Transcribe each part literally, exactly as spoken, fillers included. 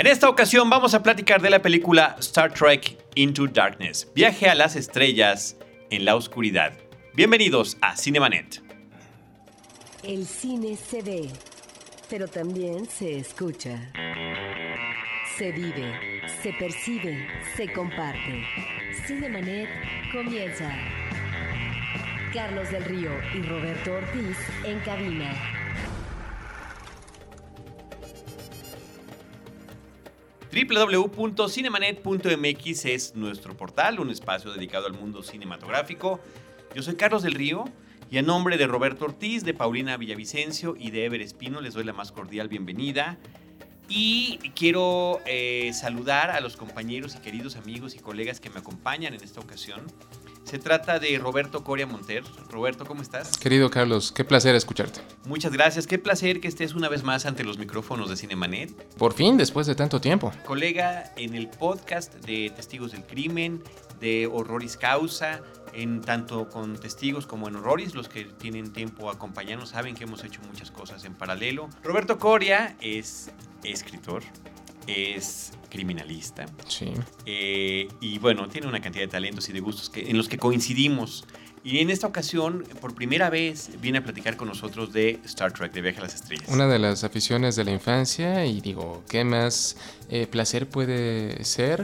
En esta ocasión vamos a platicar de la película Star Trek Into Darkness, Viaje a las estrellas en la oscuridad. Bienvenidos a Cinemanet. El cine se ve, pero también se escucha. Se vive, se percibe, se comparte. Cinemanet comienza. Carlos del Río y Roberto Ortiz en cabina. doble u doble u doble u punto cinemanet punto m x es nuestro portal, un espacio dedicado al mundo cinematográfico. Yo soy Carlos del Río y a nombre de Roberto Ortiz, de Paulina Villavicencio y de Ever Espino les doy la más cordial bienvenida. Y quiero eh, saludar a los compañeros y queridos amigos y colegas que me acompañan en esta ocasión. Se trata de Roberto Coria Monter. Roberto, ¿cómo estás? Querido Carlos, qué placer escucharte. Muchas gracias, qué placer que estés una vez más ante los micrófonos de Cinemanet. Por fin, después de tanto tiempo. Colega en el podcast de Testigos del Crimen, de Horroris Causa, en tanto con Testigos como en Horroris. Los que tienen tiempo a acompañarnos saben que hemos hecho muchas cosas en paralelo. Roberto Coria es escritor, es criminalista. Sí. Eh, y bueno, tiene una cantidad de talentos y de gustos que, en los que coincidimos. Y en esta ocasión, por primera vez, viene a platicar con nosotros de Star Trek, de Viaje a las Estrellas. Una de las aficiones de la infancia, y digo, ¿qué más eh, placer puede ser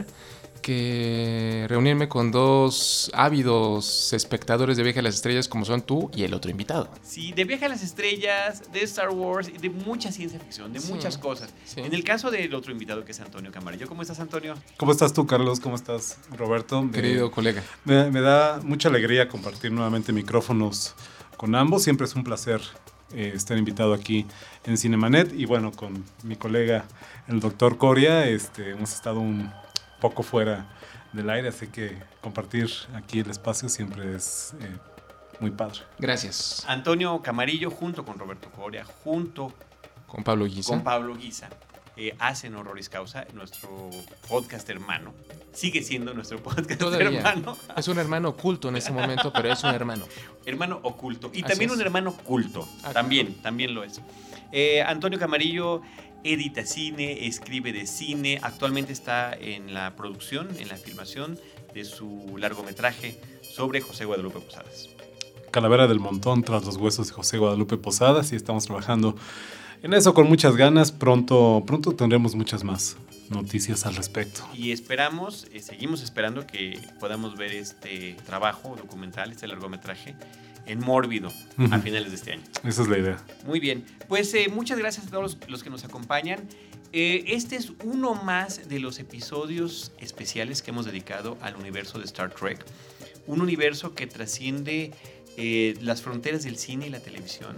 que reunirme con dos ávidos espectadores de Viaje a las Estrellas como son tú y el otro invitado? Sí, de Viaje a las Estrellas, de Star Wars, de mucha ciencia ficción, de sí, muchas cosas. Sí. En el caso del otro invitado que es Antonio Camarillo. ¿Cómo estás, Antonio? ¿Cómo estás tú, Carlos? ¿Cómo estás, Roberto? Querido me, colega. Me, me da mucha alegría compartir nuevamente micrófonos con ambos. Siempre es un placer eh, estar invitado aquí en Cinemanet. Y bueno, con mi colega, el doctor Coria, este, hemos estado un poco fuera del aire, así que compartir aquí el espacio siempre es eh, muy padre. Gracias. Antonio Camarillo junto con Roberto Coria, junto con Pablo Guisa, con Pablo Guisa eh, hacen Horroris Causa, nuestro podcast hermano. Sigue siendo nuestro podcast Todavía. hermano. Es un hermano oculto en ese momento, pero es un hermano. Hermano oculto. Y Así también es. un hermano culto. Ah, también, claro. también lo es. Eh, Antonio Camarillo edita cine, escribe de cine, actualmente está en la producción, en la filmación de su largometraje sobre José Guadalupe Posadas. Calavera del Montón tras los huesos de José Guadalupe Posadas, y estamos trabajando en eso con muchas ganas. Pronto, pronto tendremos muchas más noticias al respecto. Y esperamos, eh, seguimos esperando que podamos ver este trabajo documental, este largometraje, en Mórbido, uh-huh, a finales de este año. Esa es la idea. Muy bien, pues eh, muchas gracias a todos los, los que nos acompañan. Eh, este es uno más de los episodios especiales que hemos dedicado al universo de Star Trek. Un universo que trasciende eh, las fronteras del cine y la televisión.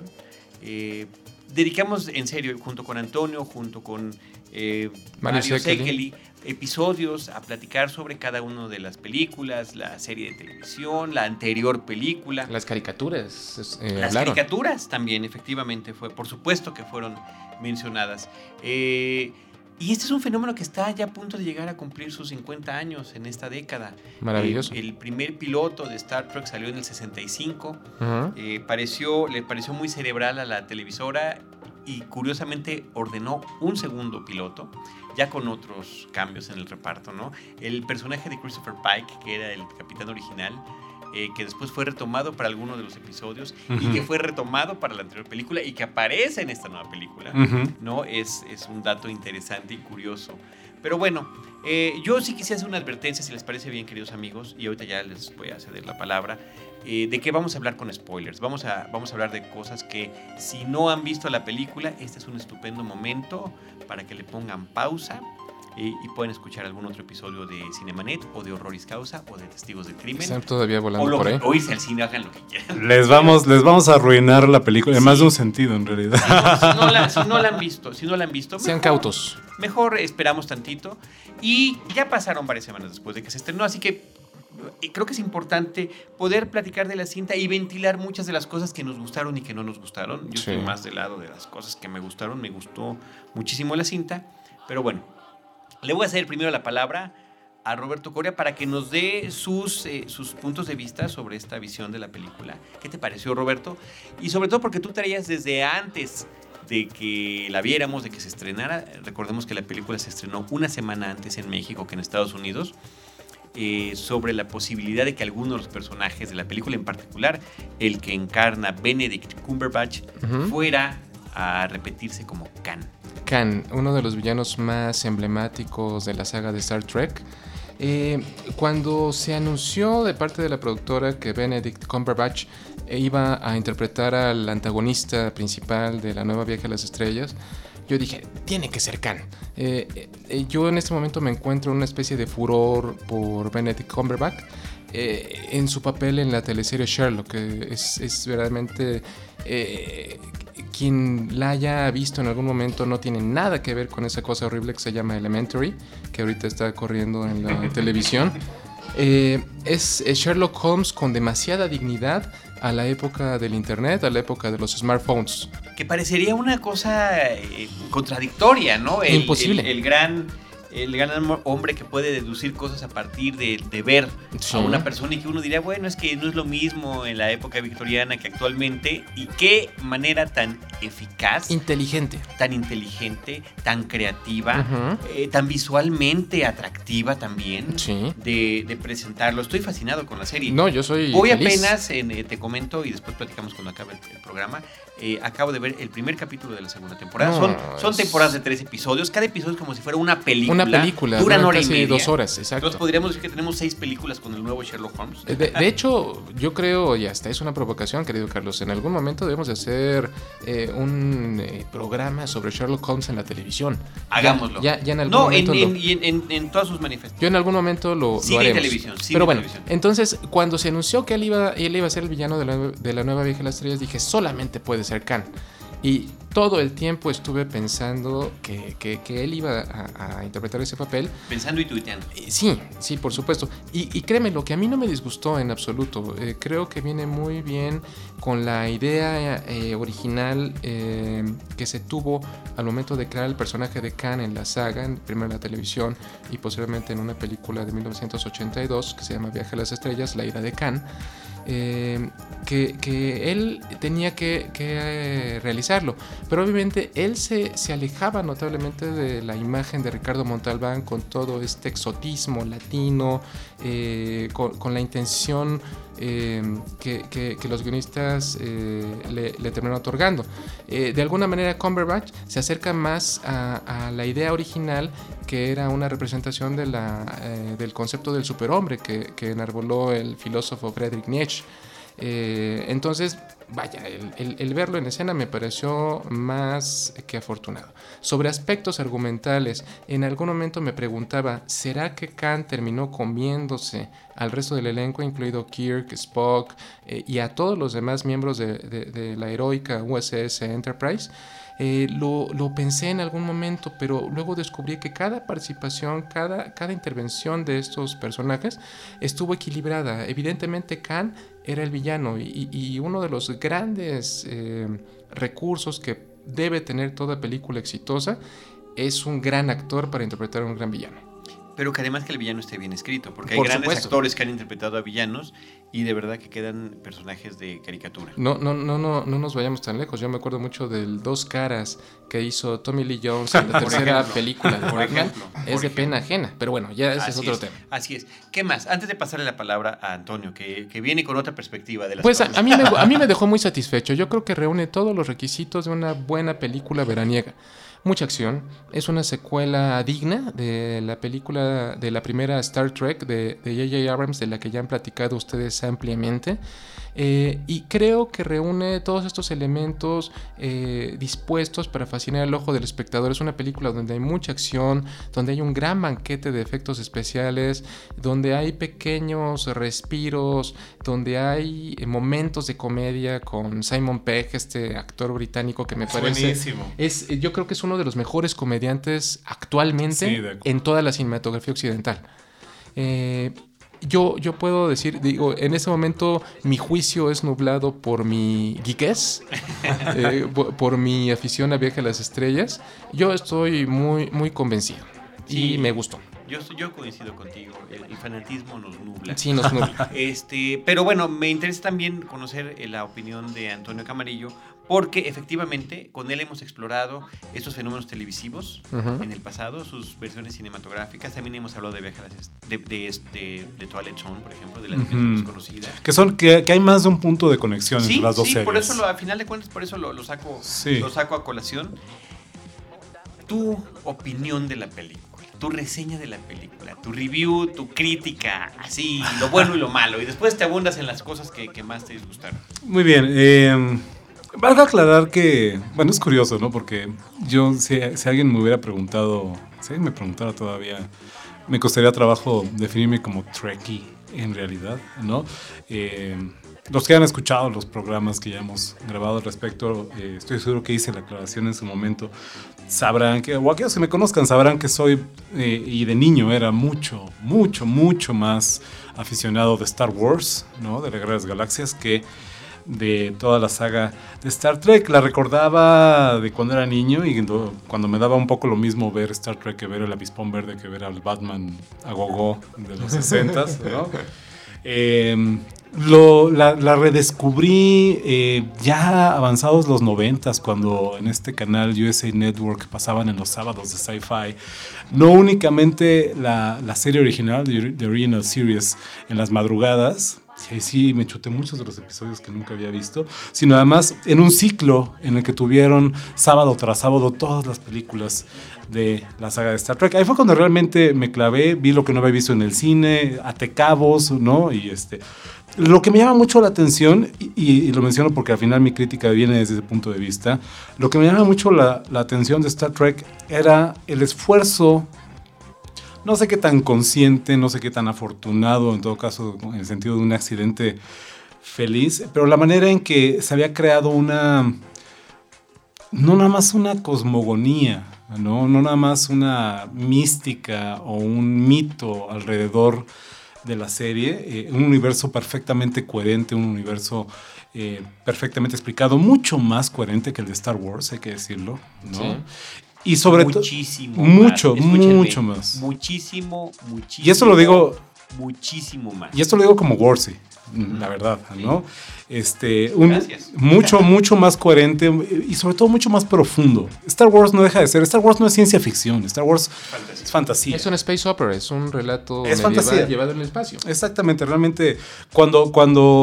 Eh, dedicamos en serio, junto con Antonio, junto con eh, Mario Mario Sekeli. Sekeli, episodios a platicar sobre cada una de las películas, la serie de televisión, la anterior película. Las caricaturas. Eh, las hablaron. caricaturas también, efectivamente, fue, por supuesto que fueron mencionadas. Eh, y este es un fenómeno que está ya a punto de llegar a cumplir sus cincuenta años en esta década. Maravilloso. Eh, el primer piloto de Star Trek salió en el sesenta y cinco. Uh-huh. Eh, pareció, le pareció muy cerebral a la televisora y curiosamente ordenó un segundo piloto, ya con otros cambios en el reparto, ¿no? El personaje de Christopher Pike, que era el capitán original, eh, que después fue retomado para alguno de los episodios, uh-huh, y que fue retomado para la anterior película y que aparece en esta nueva película, uh-huh, ¿no? Es, es un dato interesante y curioso. Pero bueno, eh, yo sí quisiera hacer una advertencia, si les parece bien, queridos amigos, y ahorita ya les voy a ceder la palabra, eh, de que vamos a hablar con spoilers. Vamos a, vamos a hablar de cosas que, si no han visto la película, este es un estupendo momento para que le pongan pausa eh, y pueden escuchar algún otro episodio de Cinemanet o de Horroris Causa o de Testigos del Crimen. Están todavía volando o lo por que, ahí. O irse al cine, hagan lo que quieran. Les vamos, les vamos a arruinar la película, en sí, más de un sentido, en realidad. Si no, si no, la, si no la han visto, si no la han visto, sean mejor, cautos. Mejor esperamos tantito. Y ya pasaron varias semanas después de que se estrenó, así que creo que es importante poder platicar de la cinta y ventilar muchas de las cosas que nos gustaron y que no nos gustaron. Yo Sí. estoy más del lado de las cosas que me gustaron. Me gustó muchísimo la cinta. Pero bueno, le voy a ceder primero la palabra a Roberto Coria para que nos dé sus, eh, sus puntos de vista sobre esta visión de la película. ¿Qué te pareció, Roberto? Y sobre todo porque tú traías desde antes de que la viéramos, de que se estrenara. Recordemos que la película se estrenó una semana antes en México que en Estados Unidos, eh, sobre la posibilidad de que alguno de los personajes de la película, en particular el que encarna Benedict Cumberbatch, uh-huh. fuera a repetirse como Khan. Khan, uno de los villanos más emblemáticos de la saga de Star Trek. Eh, cuando se anunció de parte de la productora que Benedict Cumberbatch iba a interpretar al antagonista principal de la nueva Viaje a las Estrellas, yo dije, tiene que ser Khan. Eh, eh, yo en este momento me encuentro en una especie de furor por Benedict Cumberbatch eh, en su papel en la teleserie Sherlock, que es, es verdaderamente... Eh, quien la haya visto en algún momento no tiene nada que ver con esa cosa horrible que se llama Elementary, que ahorita está corriendo en la televisión. Eh, es, es Sherlock Holmes con demasiada dignidad a la época del internet, a la época de los smartphones. Que parecería una cosa eh, contradictoria, ¿no? El, Imposible. El, el gran... el gran hombre que puede deducir cosas a partir de, de ver sí. a una persona, y que uno diría, bueno, es que no es lo mismo en la época victoriana que actualmente, y qué manera tan eficaz, inteligente, tan inteligente, tan creativa, uh-huh. eh, tan visualmente atractiva también sí. de, de presentarlo. Estoy fascinado con la serie. No, yo soy Voy feliz. apenas, en, eh, te comento, y después platicamos cuando acabe el, el programa, eh, acabo de ver el primer capítulo de la segunda temporada. No, son, son es... temporadas de tres episodios, cada episodio es como si fuera una película. Una película, duran hora y casi media. dos horas, exacto. Entonces podríamos decir que tenemos seis películas con el nuevo Sherlock Holmes. De, de hecho, yo creo, y hasta es una provocación, querido Carlos, en algún momento debemos de hacer eh, un eh, programa sobre Sherlock Holmes en la televisión. Hagámoslo. Ya, ya en algún no, momento en, lo, en, en, en todas sus manifestaciones. Yo en algún momento lo, sigue lo haremos. En televisión, sigue Pero en bueno, televisión. entonces cuando se anunció que él iba, él iba a ser el villano de la, de la nueva Viaje a las Estrellas, dije, solamente puede ser Khan. Y todo el tiempo estuve pensando que, que, que él iba a, a interpretar ese papel. Pensando y tuiteando. Sí, sí, por supuesto. Y, y créeme, lo que a mí no me disgustó en absoluto. Eh, creo que viene muy bien con la idea eh, original eh, que se tuvo al momento de crear el personaje de Khan en la saga, primero en la televisión y posteriormente en una película de mil novecientos ochenta y dos que se llama Viaje a las Estrellas, La Ira de Khan. Eh, que, que él tenía que, que eh, realizarlo, pero obviamente él se, se alejaba notablemente de la imagen de Ricardo Montalbán con todo este exotismo latino, eh, con, con la intención eh, que, que, que los guionistas eh, le, le terminaron otorgando. Eh, de alguna manera Cumberbatch se acerca más a, a la idea original, que era una representación de la, eh, del concepto del superhombre que, que enarboló el filósofo Friedrich Nietzsche. Eh, entonces, vaya, el, el, el verlo en escena me pareció más que afortunado. Sobre aspectos argumentales, en algún momento me preguntaba, ¿será que Khan terminó comiéndose al resto del elenco, incluido Kirk, Spock eh, y a todos los demás miembros de, de, de la heroica U S S Enterprise? Eh, lo, lo pensé en algún momento, pero luego descubrí que cada participación, cada, cada intervención de estos personajes estuvo equilibrada. Evidentemente Khan era el villano y, y uno de los grandes eh, recursos que debe tener toda película exitosa es un gran actor para interpretar a un gran villano. Pero que además que el villano esté bien escrito, porque hay Por grandes supuesto. actores que han interpretado a villanos y de verdad que quedan personajes de caricatura. No, no, no, no, no nos vayamos tan lejos. Yo me acuerdo mucho del Dos Caras que hizo Tommy Lee Jones en la tercera ejemplo, película de por Batman. ejemplo, es por de ejemplo. pena ajena, pero bueno, ya ese así es otro es, tema. Así es. ¿Qué más? Antes de pasarle la palabra a Antonio, que, que viene con otra perspectiva de las Pues a, cosas. a, mí me, a mí me dejó muy satisfecho. Yo creo que reúne todos los requisitos de una buena película veraniega. Mucha acción, es una secuela digna de la película de la primera Star Trek de J J Abrams, de la que ya han platicado ustedes ampliamente. Eh, y creo que reúne todos estos elementos eh, dispuestos para fascinar el ojo del espectador. Es una película donde hay mucha acción, donde hay un gran banquete de efectos especiales, donde hay pequeños respiros, donde hay momentos de comedia con Simon Pegg, este actor británico que me es parece buenísimo. es, yo creo que es uno de los mejores comediantes actualmente Sí, en toda la cinematografía occidental. Eh, Yo, yo puedo decir, digo, en ese momento mi juicio es nublado por mi geekés, eh, por, por mi afición a Viaje a las Estrellas. Yo estoy muy, muy convencido y Sí. me gustó. Yo, yo coincido contigo, el, el fanatismo nos nubla. Sí, nos nubla. Este, pero bueno, me interesa también conocer eh, la opinión de Antonio Camarillo, porque efectivamente con él hemos explorado estos fenómenos televisivos Ujú. en el pasado, sus versiones cinematográficas. También hemos hablado de Viaje a las est- de, de, de, de Twilight Zone, por ejemplo, de las Ujú. menos conocidas. Que, son, que, que hay más de un punto de conexión Sí, entre las dos sí, series. por eso lo, a final de cuentas, por eso lo, lo saco, Sí. lo saco a colación. Tu opinión de la película, tu reseña de la película, tu review, tu crítica, así, lo bueno y lo malo, y después te abundas en las cosas que, que más te disgustaron. Muy bien. Eh, valga aclarar que, bueno, es curioso, ¿no? Porque yo, si, si alguien me hubiera preguntado, si alguien me preguntara todavía, me costaría trabajo definirme como Trekkie en realidad, ¿no? Eh, los que han escuchado los programas que ya hemos grabado al respecto, eh, estoy seguro que hice la aclaración en su momento, sabrán que, o aquellos que me conozcan sabrán que soy, eh, y de niño era mucho, mucho, mucho más aficionado de Star Wars, ¿no? De la Guerra de las Galaxias, que de toda la saga de Star Trek. La recordaba de cuando era niño y do- cuando me daba un poco lo mismo ver Star Trek que ver el Avispón Verde, que ver al Batman a gogo de los sesentas, ¿no? Eh, lo, la, la redescubrí eh, ya avanzados los noventas, cuando en este canal U S A Network pasaban en los sábados de Sci-Fi no únicamente la, la serie original, The, The Original Series, en las madrugadas. Sí, sí, me chuté muchos de los episodios que nunca había visto, sino además en un ciclo en el que tuvieron sábado tras sábado todas las películas de la saga de Star Trek. Ahí fue cuando realmente me clavé, vi lo que no había visto en el cine, até cabos, ¿no? Y este, lo que me llama mucho la atención, y, y lo menciono porque al final mi crítica viene desde ese punto de vista, lo que me llama mucho la, la atención de Star Trek era el esfuerzo. No sé qué tan consciente, no sé qué tan afortunado, en todo caso, en el sentido de un accidente feliz, pero la manera en que se había creado una, no nada más una cosmogonía, no, no nada más una mística o un mito alrededor de la serie, eh, un universo perfectamente coherente, un universo eh, perfectamente explicado, mucho más coherente que el de Star Wars, hay que decirlo, ¿no? Sí. Y sobre todo, muchísimo mucho, más. Escúchenme, mucho más. Muchísimo, muchísimo. Y eso lo digo, muchísimo más. y esto lo digo como Worsey, la verdad, ¿no? Este, un, Gracias. mucho, mucho más coherente y sobre todo mucho más profundo. Star Wars no deja de ser, Star Wars no es ciencia ficción, Star Wars Fantasía. es fantasía. Es un space opera, es un relato Es medieval fantasía. llevado en el espacio. Exactamente, realmente cuando,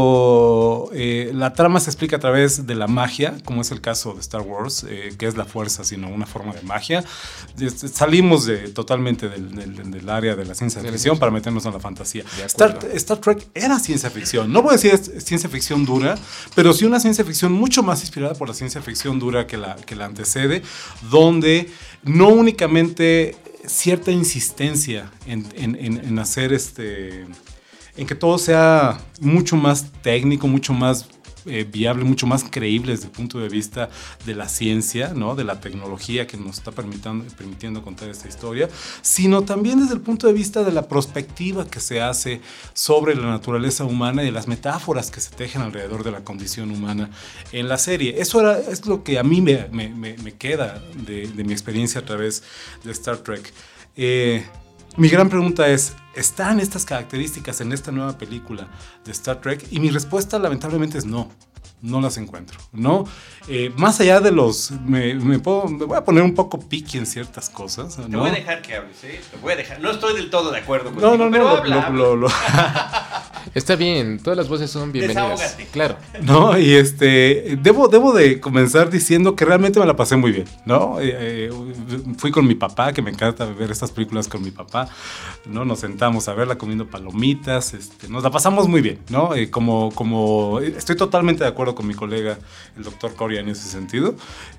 cuando eh, la trama se explica a través de la magia, como es el caso de Star Wars, eh, que es la fuerza, sino una forma de magia, este, salimos de, totalmente del, del, del área de la ciencia De la ficción ciencia. para meternos en la fantasía. De Star, acuerdo. Star Trek era ciencia ficción, no voy a decir es ciencia ficción dura, pero sí una ciencia ficción mucho más inspirada por la ciencia ficción dura que la, que la antecede, donde no únicamente cierta insistencia en, en, en, en hacer este, en que todo sea mucho más técnico, mucho más eh, viable, mucho más creíble desde el punto de vista de la ciencia, ¿no? De la tecnología que nos está permitiendo, permitiendo contar esta historia, sino también desde el punto de vista de la perspectiva que se hace sobre la naturaleza humana y de las metáforas que se tejen alrededor de la condición humana en la serie. Eso era, es lo que a mí me, me, me, me queda de, de mi experiencia a través de Star Trek. Eh, mi gran pregunta es, ¿están estas características en esta nueva película de Star Trek? Y mi respuesta lamentablemente es no. No las encuentro, ¿no? Eh, más allá de los... Me, me, puedo, me voy a poner un poco picky en ciertas cosas, ¿no? Te voy a dejar que hables, ¿eh? Te voy a dejar. No estoy del todo de acuerdo No, contigo, no, no, pero lo- habla, lo- habla. lo- lo- Está bien, todas las voces son bienvenidas. Desahógate. Claro. No, y este, debo, debo de comenzar diciendo que realmente me la pasé muy bien, ¿no? Eh, eh, fui con mi papá, que me encanta ver estas películas con mi papá, ¿no? Nos sentamos a verla comiendo palomitas, este, nos la pasamos muy bien, ¿no? Eh, como, como, estoy totalmente de acuerdo con mi colega, el doctor Coria, en ese sentido.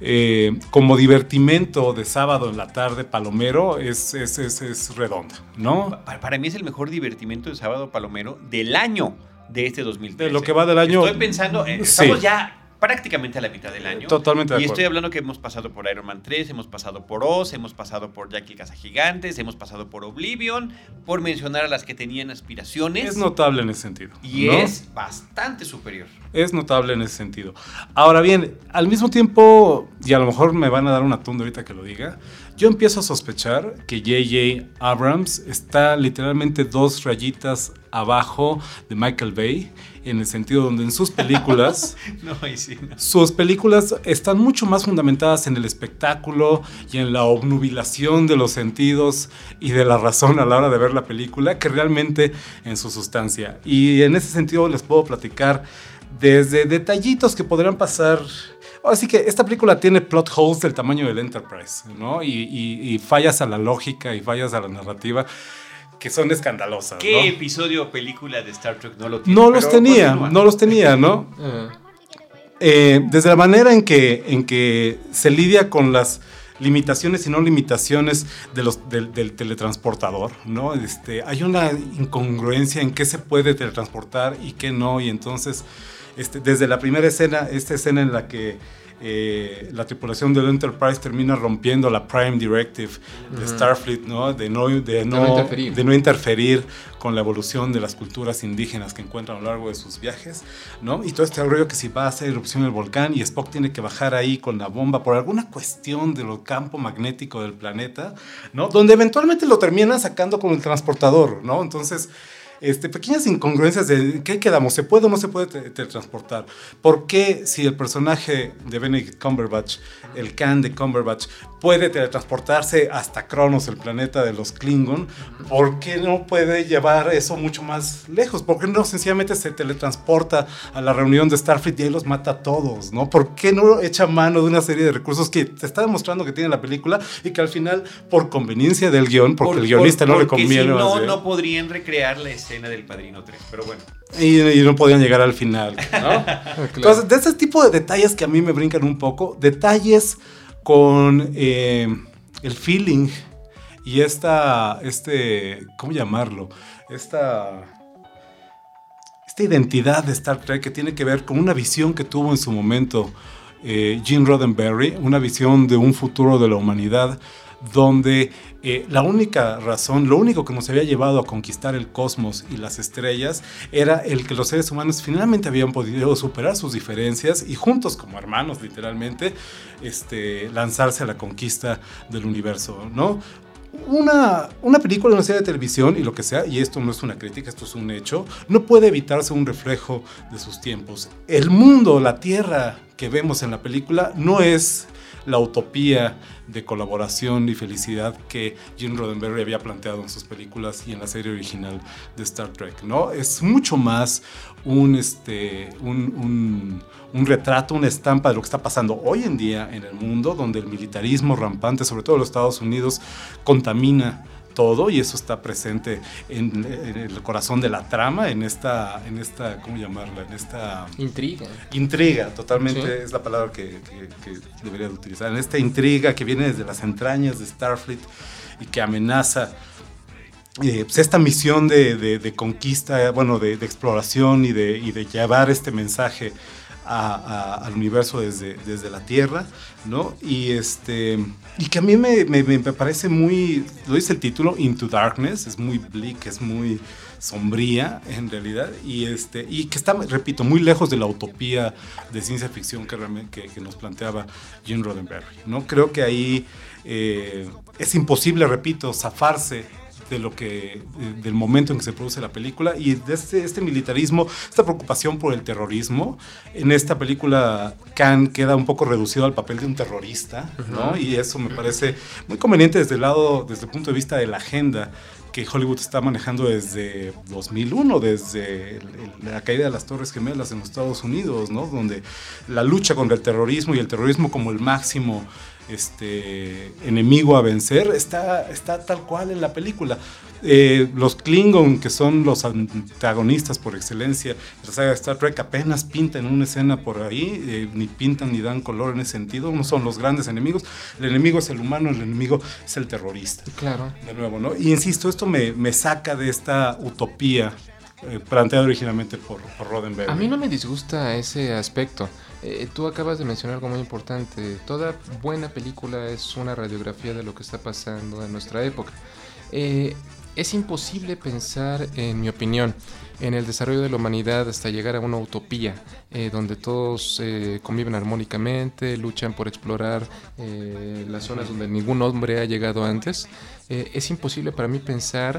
Eh, como divertimento de sábado en la tarde palomero, es, es, es, es redonda, ¿no? Para, para mí es el mejor divertimento de sábado palomero del año de este dos mil trece. De lo que va del año. Estoy pensando, eh, Sí. estamos ya prácticamente a la mitad del año. Totalmente de Y acuerdo. estoy hablando que hemos pasado por Iron Man tres, hemos pasado por Oz, hemos pasado por Jack el Cazagigantes, hemos pasado por Oblivion, por mencionar a las que tenían aspiraciones. Es notable en ese sentido. y ¿no? es bastante superior. Es notable en ese sentido. Ahora bien, al mismo tiempo, y a lo mejor me van a dar una tunda ahorita que lo diga, yo empiezo a sospechar que J J Abrams está literalmente dos rayitas abajo de Michael Bay, en el sentido donde en sus películas, no, sí, no. sus películas están mucho más fundamentadas en el espectáculo y en la obnubilación de los sentidos y de la razón a la hora de ver la película que realmente en su sustancia. Y en ese sentido les puedo platicar desde detallitos que podrían pasar. Así que esta película tiene plot holes del tamaño del Enterprise, ¿no? Y, y, y fallas a la lógica y fallas a la narrativa que son escandalosas, ¿Qué ¿no? episodio o película de Star Trek no lo tiene? No los Pero tenía, continúa. no los tenía, ¿no? Uh-huh. eh, desde la manera en que, en que se lidia con las limitaciones y no limitaciones de los, del, del teletransportador, ¿no? Este, hay una incongruencia en qué se puede teletransportar y qué no, y entonces, este, desde la primera escena, esta escena en la que Eh, la tripulación del Enterprise termina rompiendo la Prime Directive de uh-huh. Starfleet, ¿no? De no, de, no, no interferir. de no interferir con la evolución de las culturas indígenas que encuentran a lo largo de sus viajes, ¿no? Y todo este rollo que si va a hacer erupción el volcán y Spock tiene que bajar ahí con la bomba por alguna cuestión del campo magnético del planeta, ¿no? Donde eventualmente lo terminan sacando con el transportador, ¿no? Entonces, Este, pequeñas incongruencias de ¿qué quedamos? ¿Se puede o no se puede teletransportar? ¿Por qué si el personaje de Benedict Cumberbatch, el Khan de Cumberbatch, puede teletransportarse hasta Cronos, el planeta de los Klingon, ¿por qué no puede llevar eso mucho más lejos? ¿Por qué no sencillamente se teletransporta a la reunión de Starfleet y ahí los mata a todos, ¿no? ¿Por qué no echa mano de una serie de recursos que te está demostrando que tiene la película y que al final, por conveniencia del guión, porque por, el guionista por, no le conviene... Porque si no, no podrían recrear la escena del Padrino tres, pero bueno. Y, y no podían llegar al final, ¿no? Claro. Entonces, de ese tipo de detalles que a mí me brincan un poco, detalles con eh, el feeling y esta, este, ¿cómo llamarlo? Esta, esta identidad de Star Trek que tiene que ver con una visión que tuvo en su momento eh, Gene Roddenberry, una visión de un futuro de la humanidad donde eh, la única razón, lo único que nos había llevado a conquistar el cosmos y las estrellas era el que los seres humanos finalmente habían podido superar sus diferencias y juntos como hermanos literalmente este, lanzarse a la conquista del universo, ¿no? Una, una película, una serie de televisión y lo que sea, y esto no es una crítica, esto es un hecho, no puede evitarse un reflejo de sus tiempos. El mundo, la tierra que vemos en la película no es la utopía de colaboración y felicidad que Gene Roddenberry había planteado en sus películas y en la serie original de Star Trek, ¿no? Es mucho más un, este, un, un, un retrato, una estampa de lo que está pasando hoy en día en el mundo, donde el militarismo rampante, sobre todo en los Estados Unidos, contamina todo y eso está presente en, en el corazón de la trama, en esta, en esta, ¿cómo llamarla? En esta... Intriga. Intriga, totalmente, sí. Es la palabra que, que, que debería de utilizar. En esta intriga que viene desde las entrañas de Starfleet y que amenaza eh, pues esta misión de, de, de conquista, bueno, de, de exploración y de, y de llevar este mensaje A, a, al universo desde, desde la Tierra, ¿no? Y, este, y que a mí me, me, me parece muy, lo dice el título, Into Darkness, es muy bleak, es muy sombría en realidad, y, este, y que está, repito, muy lejos de la utopía de ciencia ficción que, que, que nos planteaba Gene Roddenberry, ¿no? Creo que ahí eh, es imposible, repito, zafarse de lo que, del momento en que se produce la película y de este, este militarismo, esta preocupación por el terrorismo. En esta película Khan queda un poco reducido al papel de un terrorista, ¿no? Uh-huh. Y eso me parece muy conveniente desde el lado, desde el punto de vista de la agenda que Hollywood está manejando desde dos mil uno, desde el, el, la caída de las Torres Gemelas en los Estados Unidos, ¿no? Donde la lucha contra el terrorismo y el terrorismo como el máximo este enemigo a vencer está, está tal cual en la película. Eh, los Klingon, que son los antagonistas por excelencia de la saga de Star Trek, apenas pintan una escena por ahí, eh, ni pintan ni dan color en ese sentido, no son los grandes enemigos, el enemigo es el humano, el enemigo es el terrorista. Claro. De nuevo, ¿no? Y insisto, esto me, me saca de esta utopía eh, planteada originalmente por, por Roddenberry. A mí no me disgusta ese aspecto. Eh, tú acabas de mencionar algo muy importante. Toda buena película es una radiografía de lo que está pasando en nuestra época. Eh, es imposible pensar, en mi opinión, en el desarrollo de la humanidad hasta llegar a una utopía eh, donde todos eh, conviven armónicamente, luchan por explorar eh, las zonas donde ningún hombre ha llegado antes. Eh, es imposible para mí pensar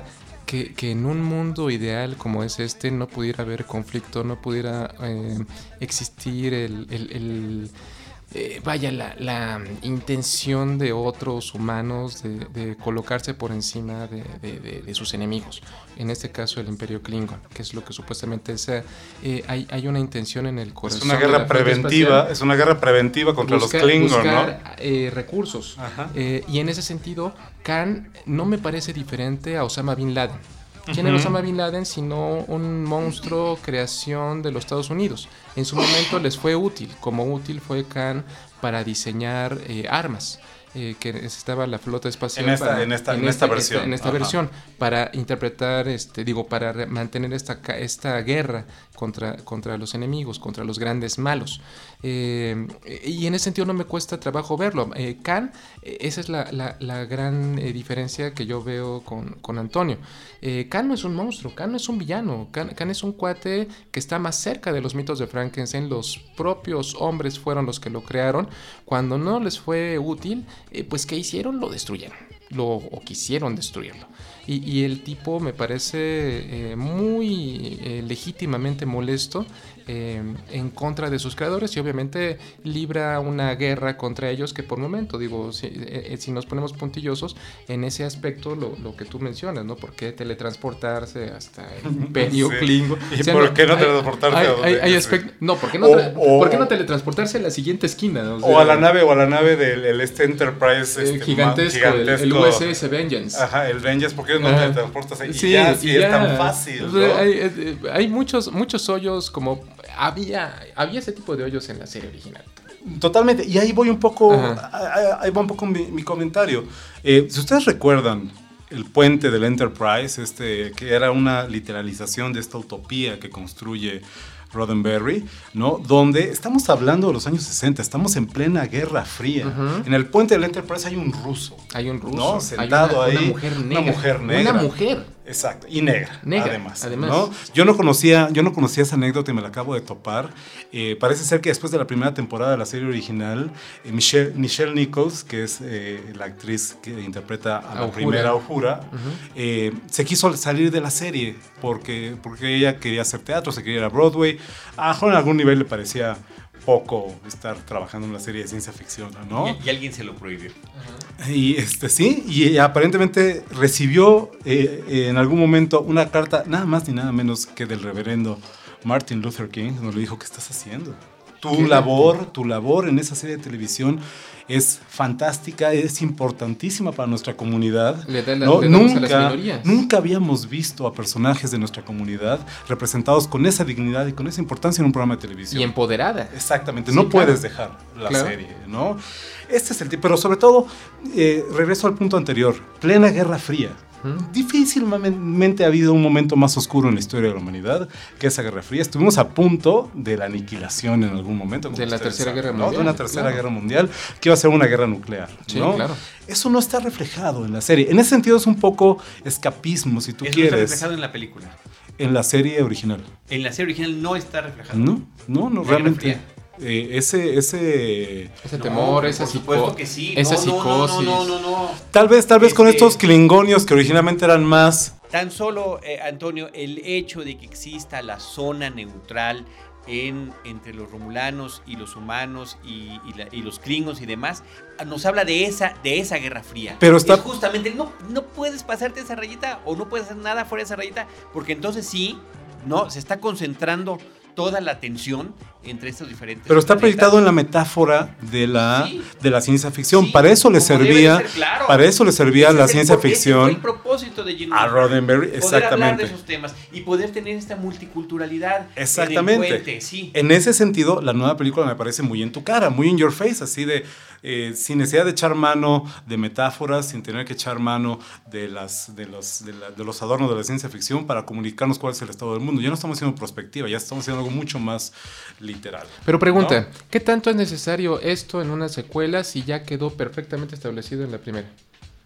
que, que en un mundo ideal como es este no pudiera haber conflicto, no pudiera eh, existir el... el, el Eh, vaya, la, la intención de otros humanos de, de colocarse por encima de, de, de, de sus enemigos. En este caso, el Imperio Klingon, que es lo que supuestamente es, eh, hay, hay una intención en el corazón. Es una guerra preventiva, espacial, es una guerra preventiva contra buscar, los Klingon, buscar, ¿no? Eh, recursos. Eh, y en ese sentido, Khan no me parece diferente a Osama Bin Laden. ¿Quién era Osama Bin Laden sino un monstruo creación de los Estados Unidos? En su momento les fue útil, como útil fue Khan para diseñar eh, armas. Eh, que estaba la flota espacial en esta, para, en esta, en en esta, esta versión, esta, en esta versión para interpretar, este, digo, para re- mantener esta, esta guerra contra, contra los enemigos, contra los grandes malos. Eh, y en ese sentido no me cuesta trabajo verlo. Eh, Khan, eh, esa es la, la, la gran eh, diferencia que yo veo con, con Antonio. Eh, Khan no es un monstruo, Khan no es un villano, Khan, Khan es un cuate que está más cerca de los mitos de Frankenstein. Los propios hombres fueron los que lo crearon. Cuando no les fue útil, eh, pues ¿qué hicieron? Lo destruyeron, lo, o quisieron destruirlo. Y, y el tipo me parece eh, muy eh, legítimamente molesto eh, en contra de sus creadores y obviamente libra una guerra contra ellos que por momento, digo, si, eh, si nos ponemos puntillosos en ese aspecto, lo, lo que tú mencionas, ¿no? ¿Por qué teletransportarse hasta el Imperio sí. Klingon? ¿Y o sea, por no, qué no hay, teletransportarse hay, a donde? hay, hay Sí. aspecto, no, ¿por qué no, o, tra- o, ¿por qué no teletransportarse a la siguiente esquina? O, sea, o a la nave, o a la nave del el este Enterprise eh, este, gigantesco, gigantesco, el, el U S S Vengeance. Ajá, el Vengeance, ¿por qué no Ajá. teletransportas ahí? Sí, y ya, si y es ya. tan fácil, O sea, ¿no? hay, eh, hay muchos, muchos hoyos, como había, había ese tipo de hoyos en la serie original. Totalmente, y ahí voy un poco, Ajá. ahí va un poco mi, mi comentario. Eh, si ustedes recuerdan el puente del Enterprise, este, que era una literalización de esta utopía que construye Roddenberry, ¿no? Donde estamos hablando de los años sesenta, estamos en plena Guerra Fría. Uh-huh. En el puente del Enterprise hay un ruso. Hay un ruso. ¿No? Sentado hay una, ahí. Una mujer negra. Una mujer negra. Una mujer. Exacto, y negra, negra además, además. ¿no? Yo no conocía, yo no conocía esa anécdota y me la acabo de topar. Eh, parece ser que después de la primera temporada de la serie original, eh, Michelle, Nichelle Nichols, que es eh, la actriz que interpreta a la Uhura. primera Uhura, Uh-huh. eh, se quiso salir de la serie porque, porque ella quería hacer teatro, se quería ir a Broadway. A Jorge en algún nivel le parecía poco estar trabajando en una serie de ciencia ficción, ¿no? Y, y alguien se lo prohibió. Uh-huh. Y este sí, y aparentemente recibió eh, eh, en algún momento una carta nada más ni nada menos que del reverendo Martin Luther King, nos le dijo, ¿qué estás haciendo? Tu labor, tu labor en esa serie de televisión es fantástica, es importantísima para nuestra comunidad. Le da la, ¿no? le nunca, a las minorías. Nunca habíamos visto a personajes de nuestra comunidad representados con esa dignidad y con esa importancia en un programa de televisión. Y empoderada. Exactamente, sí, no claro. puedes dejar la claro. serie, ¿no? Este es el tipo, pero sobre todo, eh, regreso al punto anterior, plena Guerra Fría. ¿Mm? Difícilmente ha habido un momento más oscuro en la historia de la humanidad que esa Guerra Fría. Estuvimos a punto de la aniquilación en algún momento. De la Tercera saben, Guerra ¿no? Mundial. De una Tercera claro. Guerra Mundial que iba a ser una guerra nuclear. Sí, ¿no? claro. Eso no está reflejado en la serie. En ese sentido es un poco escapismo, si tú Eso quieres. no está reflejado en la película. En la serie original. En la serie original no está reflejado. No, no, no, La realmente. Guerra Fría. Eh, ese, ese, ese no, temor, esa, por supuesto psico- que sí. esa no, psicosis. No, no, no, no, no. Tal vez, tal vez Este, con estos klingonios que originalmente eran más. Tan solo, eh, Antonio, el hecho de que exista la zona neutral en, entre los romulanos y los humanos y, y, la, y los klingons y demás, nos habla de esa, de esa Guerra Fría. Pero está... Es justamente, no, no puedes pasarte esa rayita o no puedes hacer nada fuera de esa rayita, porque entonces sí, no, se está concentrando toda la tensión entre estos diferentes Pero está planetas. proyectado en la metáfora de la, sí. de la ciencia ficción. Sí, para eso le como debe servía, de ser, claro. para eso le servía Ese la es el ciencia por- ese ficción fue el propósito de Gene a Roddenberry, poder hablar de exactamente. esos temas y poder tener esta multiculturalidad Exactamente. en el puente, sí. En ese sentido, la nueva película me parece muy en tu cara, muy in your face, así de eh, sin necesidad de echar mano de metáforas, sin tener que echar mano de, las, de, los, de, la, de los adornos de la ciencia ficción para comunicarnos cuál es el estado del mundo. Ya no estamos haciendo perspectiva, ya estamos haciendo algo mucho más literal. Pero pregunta, ¿no? ¿qué tanto es necesario esto en una secuela si ya quedó perfectamente establecido en la primera?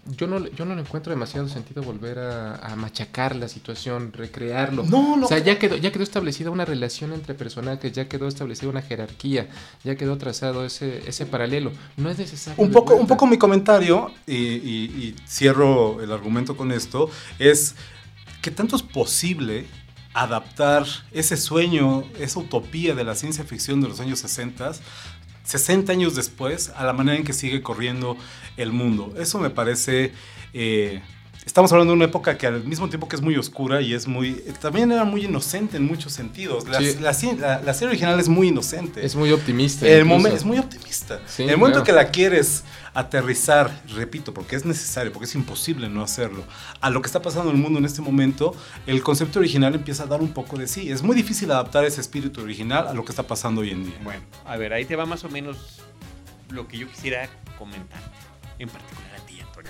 yo no, yo no le encuentro demasiado sentido volver a, a machacar la situación, recrearlo. No, no. O sea, ya quedó, ya quedó establecida una relación entre personajes, ya quedó establecida una jerarquía, ya quedó trazado ese, ese paralelo. No es necesario. Un poco, un poco mi comentario, y, y, y cierro el argumento con esto, es que tanto es posible adaptar ese sueño, esa utopía de la ciencia ficción de los años sesenta, sesenta años después, a la manera en que sigue corriendo el mundo. Eso me parece... Eh, estamos hablando de una época que al mismo tiempo que es muy oscura y es muy... También era muy inocente en muchos sentidos. La, Sí. la, la, la serie original es muy inocente. Es muy optimista. El incluso. momen- es muy optimista. Sí, el momento claro. que la quieres aterrizar, repito, porque es necesario, porque es imposible no hacerlo, a lo que está pasando en el mundo en este momento, el concepto original empieza a dar un poco de sí. Es muy difícil adaptar ese espíritu original a lo que está pasando hoy en día. Bueno, a ver, ahí te va más o menos lo que yo quisiera comentar. En particular a ti, Antonio.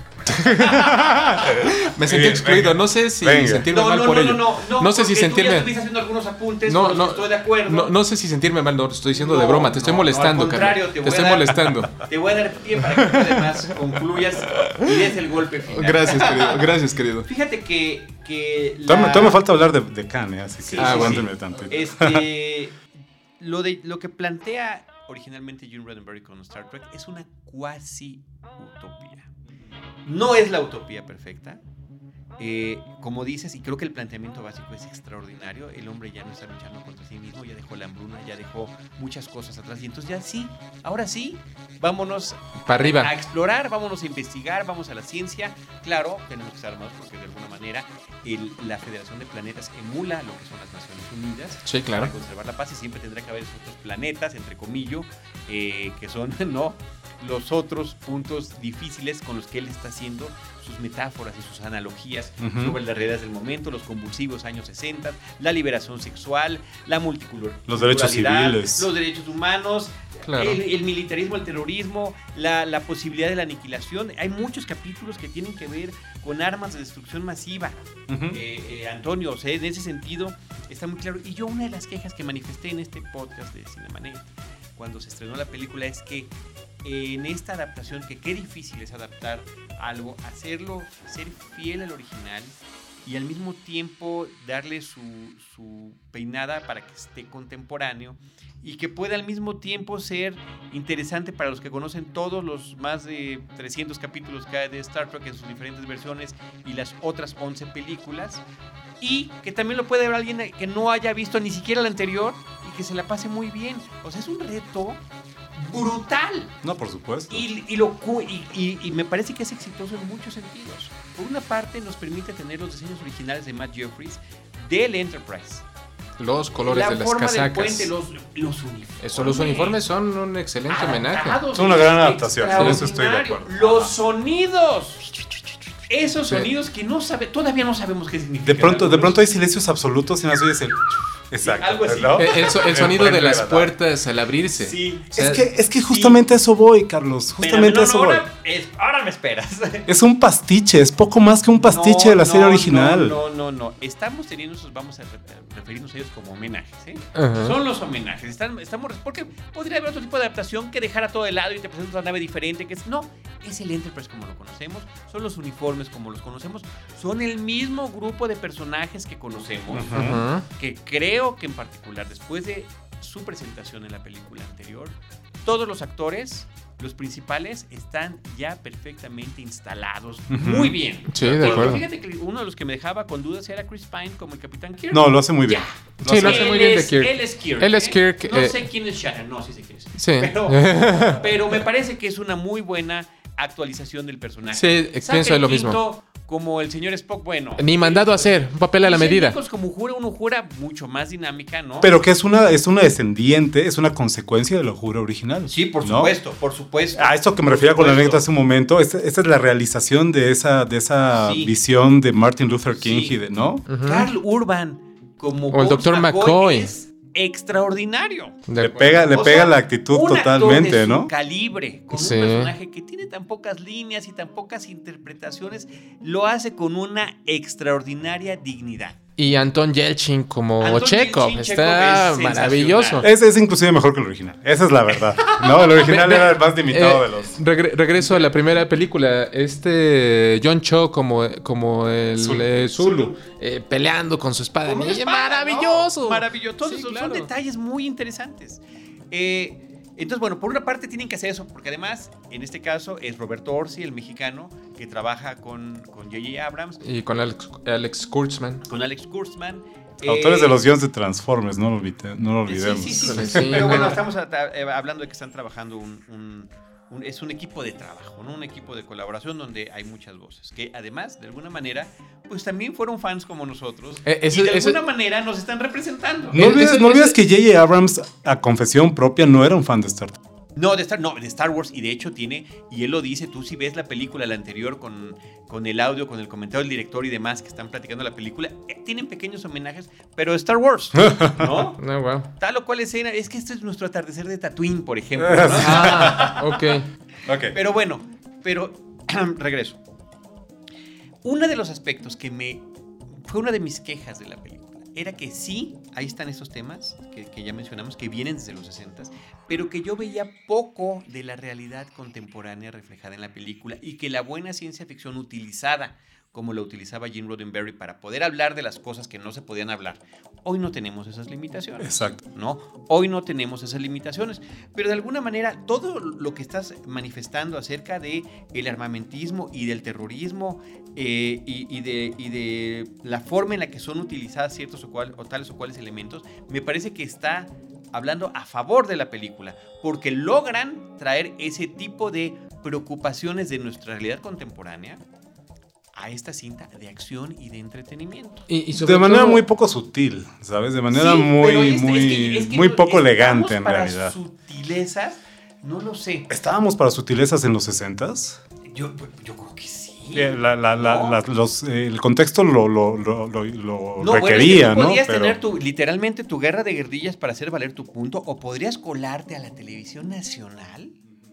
Me sentí Bien, excluido. venga. No sé si Venga. sentirme No, mal no, por no, ello. no, no, no, No sé si porque sentirme... tú ya estuviste haciendo algunos apuntes No, con los no, que estoy de acuerdo. No, no sé si sentirme mal, no, estoy diciendo de No, broma, te estoy no, molestando, no, al contrario, Carlos. te Te, voy a estoy dar- molestando. Te voy a dar pie para que tú además concluyas y des el golpe final. Gracias, querido. Gracias, querido. Fíjate que, que la- Todavía me- todavía me falta hablar de, de Khan, ¿eh? Así que Sí, Ah, sí, aguántenme sí. tantito. Este, lo, de, lo que plantea originalmente Gene Roddenberry con Star Trek es una cuasi utopía. No es la utopía perfecta. Eh, como dices, y creo que el planteamiento básico es extraordinario. El hombre ya no está luchando contra sí mismo, ya dejó la hambruna, ya dejó muchas cosas atrás. Y entonces ya sí, ahora sí, vámonos Para arriba. a explorar, vámonos a investigar, vamos a la ciencia. Claro, tenemos que estar armados porque de alguna manera el- la Federación de Planetas emula lo que son las Naciones Unidas. Sí, claro. Para conservar la paz y siempre tendrá que haber esos otros planetas, entre comillas, eh, que son no los otros puntos difíciles con los que él está haciendo sus metáforas y sus analogías Ujú. sobre las realidades del momento, los convulsivos años sesenta, la liberación sexual, la multiculturalidad, Los derechos civiles. los derechos humanos, Claro. el, el militarismo, el terrorismo, la, la posibilidad de la aniquilación. Hay muchos capítulos que tienen que ver con armas de destrucción masiva. Ujú. Eh, eh, Antonio, o sea, en ese sentido está muy claro. Y yo una de las quejas que manifesté en este podcast de Cinemanet cuando se estrenó la película es que en esta adaptación, que qué difícil es adaptar algo, hacerlo, ser fiel al original y al mismo tiempo darle su, su peinada para que esté contemporáneo y que pueda al mismo tiempo ser interesante para los que conocen todos los más de trescientos capítulos que hay de Star Trek en sus diferentes versiones y las otras once películas, y que también lo puede ver alguien que no haya visto ni siquiera la anterior y que se la pase muy bien. O sea, es un reto brutal. No, por supuesto. Y, y, lo, cu- y, y- y me parece que es exitoso en muchos sentidos. Por una parte, nos permite tener los diseños originales de Matt Jeffries del Enterprise. Los colores la de las forma del casacas. puente, los, los uniformes. Eso, los uniformes son un excelente homenaje. Adaptados, Son una gran adaptación, extraordinario. en eso estoy de acuerdo. Los sonidos. Esos Sí. sonidos que no sabe, todavía no sabemos qué significan. De pronto, de algunos. pronto hay silencios absolutos y no oyes el... Exacto. algo así. ¿no? El, el so- el sonido Muy de las agradable. puertas al abrirse. Sí. O sea, Es que, es que justamente a eso voy, Carlos. Justamente a Espérame, eso no, no, voy. ahora, es- ahora me esperas. Es un pastiche, es poco más que un pastiche No, de la serie no, original. No, no, no, no. Estamos teniendo esos, vamos a re- referirnos a ellos como homenajes, ¿eh? Ajá. Son los homenajes. Están, estamos, porque podría haber otro tipo de adaptación que dejara todo de lado y te presenta otra nave diferente. Que es, no, es el Enterprise como lo conocemos, son los uniformes como los conocemos, son el mismo grupo de personajes que conocemos, Ujú. Ajá. que creo que en particular después de su presentación en la película anterior, todos los actores, los principales, están ya perfectamente instalados. Ujú. Muy bien. Sí, de Pero acuerdo. Fíjate que uno de los que me dejaba con dudas era Chris Pine como el Capitán Kirk. No, lo hace muy bien. Ya. Sí, lo hace Él muy bien de es- Kirk. Él es Kirk. Él es ¿eh? Kirk, No eh. sé quién es Shatner. No, sí sé quién es. Sí. Pero, pero me parece que es una muy buena actualización del personaje. Sí, Saca pienso el lo mismo. quinto como el señor Spock, bueno. Ni mandado a hacer, un papel a la Michelle medida. Nichols como jura, uno jura mucho más dinámica, ¿no? Pero que es una, es una descendiente, es una consecuencia de la jura original. Sí, por ¿no? supuesto, por supuesto. A esto que me refería con la anécdota hace un momento, esta, esta es la realización de esa, de esa Sí. visión de Martin Luther King Sí. y de, ¿no? Ujú. Carl Urban como O el Bones doctor McCoy McCoy. es extraordinario. De Le acuerdo. pega, le O pega sea, la actitud un totalmente, actor de su ¿no? calibre, con Sí. un personaje que tiene tan pocas líneas y tan pocas interpretaciones, lo hace con una extraordinaria dignidad. Y Anton Yelchin como Anton Chekhov, Yelchin está Chekhov es maravilloso. Es, es inclusive mejor que el original. Esa es la verdad. No, el original era el más limitado Eh, de los... regre- regreso a la primera película. Este John Cho como, como el Zulu. eh, Zulu, eh, peleando con su espada. Con una Y espada, maravilloso. ¿no? Maravilloso. Sí, son, claro. son detalles muy interesantes. Eh, entonces, bueno, por una parte tienen que hacer eso, porque además, en este caso, es Roberto Orci, el mexicano, que trabaja con con J J Abrams, Y con Alex, Alex Kurtzman. con Alex Kurtzman. Autores eh, de los guiones de Transformers, no lo, olvide- no lo olvidemos. Sí, sí, sí, Sí, sí. sí. Pero bueno, estamos a- a- hablando de que están trabajando un, un- un- es un equipo de trabajo, ¿no? Un equipo de colaboración donde hay muchas voces, que además, de alguna manera, pues también fueron fans como nosotros, Eh, eso- y de eso- alguna manera nos están representando. No olvides, Eso- no olvides eso- que J J Abrams, a confesión propia, no era un fan de Star Trek. No, de Star, no, de Star Wars, y de hecho tiene, y él lo dice, tú si ves la película, la anterior, con, con el audio, con el comentario del director y demás que están platicando la película, eh, tienen pequeños homenajes, pero de Star Wars, ¿no? No, wow. Tal o cual escena, es que este es nuestro atardecer de Tatooine, por ejemplo, ¿no? Ah, ok. Okay. Pero bueno, pero regreso. Uno de los aspectos que me fue una de mis quejas de la película era que sí, ahí están estos temas que, que ya mencionamos, que vienen desde los sesentas, pero que yo veía poco de la realidad contemporánea reflejada en la película y que la buena ciencia ficción utilizada como la utilizaba Gene Roddenberry para poder hablar de las cosas que no se podían hablar. Hoy no tenemos esas limitaciones. Exacto. ¿No? Hoy no tenemos esas limitaciones, pero de alguna manera todo lo que estás manifestando acerca de el armamentismo y del terrorismo eh, y, y, de, y de la forma en la que son utilizadas ciertos o, cual, o tales o cuales elementos, me parece que está hablando a favor de la película, porque logran traer ese tipo de preocupaciones de nuestra realidad contemporánea a esta cinta de acción y de entretenimiento. Y, y sobre De manera todo- muy poco sutil, ¿sabes? De manera Sí, muy, pero este- muy, es que- es que muy no- poco estamos elegante en para realidad. Sutilezas, no lo sé. ¿Estábamos para sutilezas en los sesentas? Yo, yo creo que sí. La, la, la, ¿No? la- los, eh, el contexto lo, lo, lo, lo, lo No, bueno, requería, es que tú ¿no? podrías Pero tener tu, literalmente tu guerra de guerrillas para hacer valer tu punto, o podrías colarte a la televisión nacional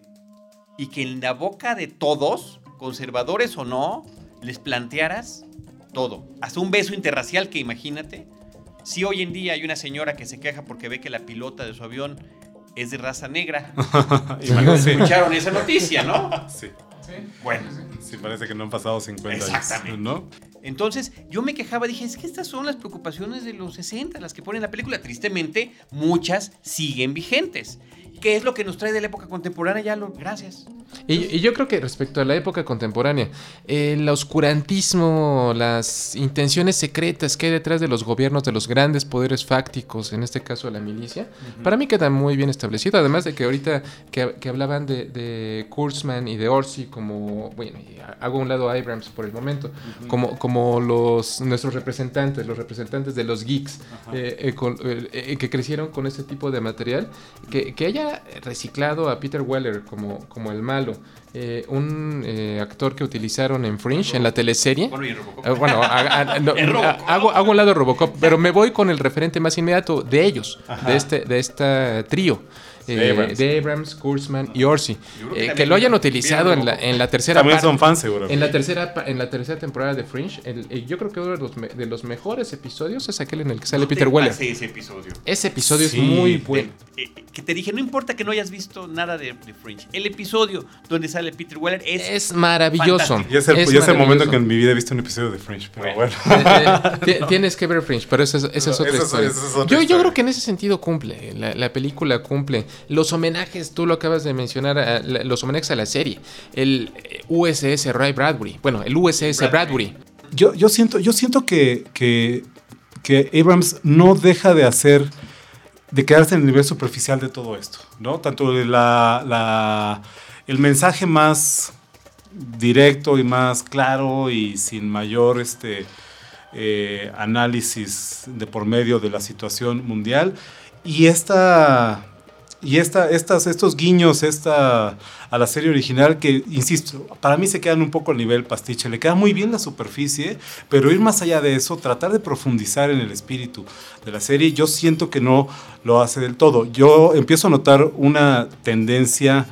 y que en la boca de todos, conservadores o no, les plantearas todo. Hasta un beso interracial que imagínate. Si hoy en día hay una señora que se queja porque ve que la pilota de su avión es de raza negra. imagínate. Escucharon esa noticia, ¿no? Sí, Bueno. sí, parece que no han pasado cincuenta años, Exactamente. ¿no? Entonces yo me quejaba, dije, es que estas son las preocupaciones de los sesenta, las que ponen la película. Tristemente, muchas siguen vigentes. ¿Qué es lo que nos trae de la época contemporánea? Ya lo, gracias. Y, y yo creo que respecto a la época contemporánea, el oscurantismo, las intenciones secretas que hay detrás de los gobiernos, de los grandes poderes fácticos, en este caso la milicia, uh-huh. para mí queda muy bien establecido. Además de que ahorita que, que hablaban de, de Kurtzman y de Orci como, bueno, hago a un lado a Abrams por el momento, uh-huh. como, como los nuestros representantes, los representantes de los geeks, uh-huh. eh, eh, con, eh, que crecieron con este tipo de material, que, que haya reciclado a Peter Weller como, como el malo, eh, un eh, actor que utilizaron en Fringe, en la teleserie. Bueno, y en Robocop. Eh, bueno, a, a, no, a, hago, hago un lado de Robocop, pero me voy con el referente más inmediato de ellos, Ajá. de este de esta trío. Eh, Abrams. De Abrams, Kurtzman y Orci, que, eh, que lo hayan utilizado en la, en la tercera también parte, son fans seguro en la tercera en la tercera temporada de Fringe. El, el, yo creo que uno de los, me, de los mejores episodios es aquel en el que sale no Peter Weller. Ese episodio, ese episodio sí, es muy bueno. De, eh, que te dije, no importa que no hayas visto nada de, de Fringe, el episodio donde sale Peter Weller es, es maravilloso. Y es el, es y es el momento que en mi vida he visto un episodio de Fringe, pero bueno. bueno. Eh, eh, tienes que ver Fringe, pero esa, esa es otra esa historia. Es, esa es otra yo, historia. yo creo que en ese sentido cumple, la, la película cumple. Los homenajes, tú lo acabas de mencionar, a, la, los homenajes a la serie. El U S S Ray Bradbury, bueno, el U S S Bradbury. Bradbury. Yo, yo siento, yo siento que, que, que Abrams no deja de hacer, de quedarse en el nivel superficial de todo esto, ¿no? Tanto la, la, el mensaje más directo y más claro y sin mayor este, eh, análisis de por medio de la situación mundial, y esta... Y esta, estas, estos guiños esta, a la serie original que, insisto, para mí se quedan un poco al nivel pastiche. Le queda muy bien la superficie, pero ir más allá de eso, tratar de profundizar en el espíritu de la serie, yo siento que no lo hace del todo. Yo empiezo a notar una tendencia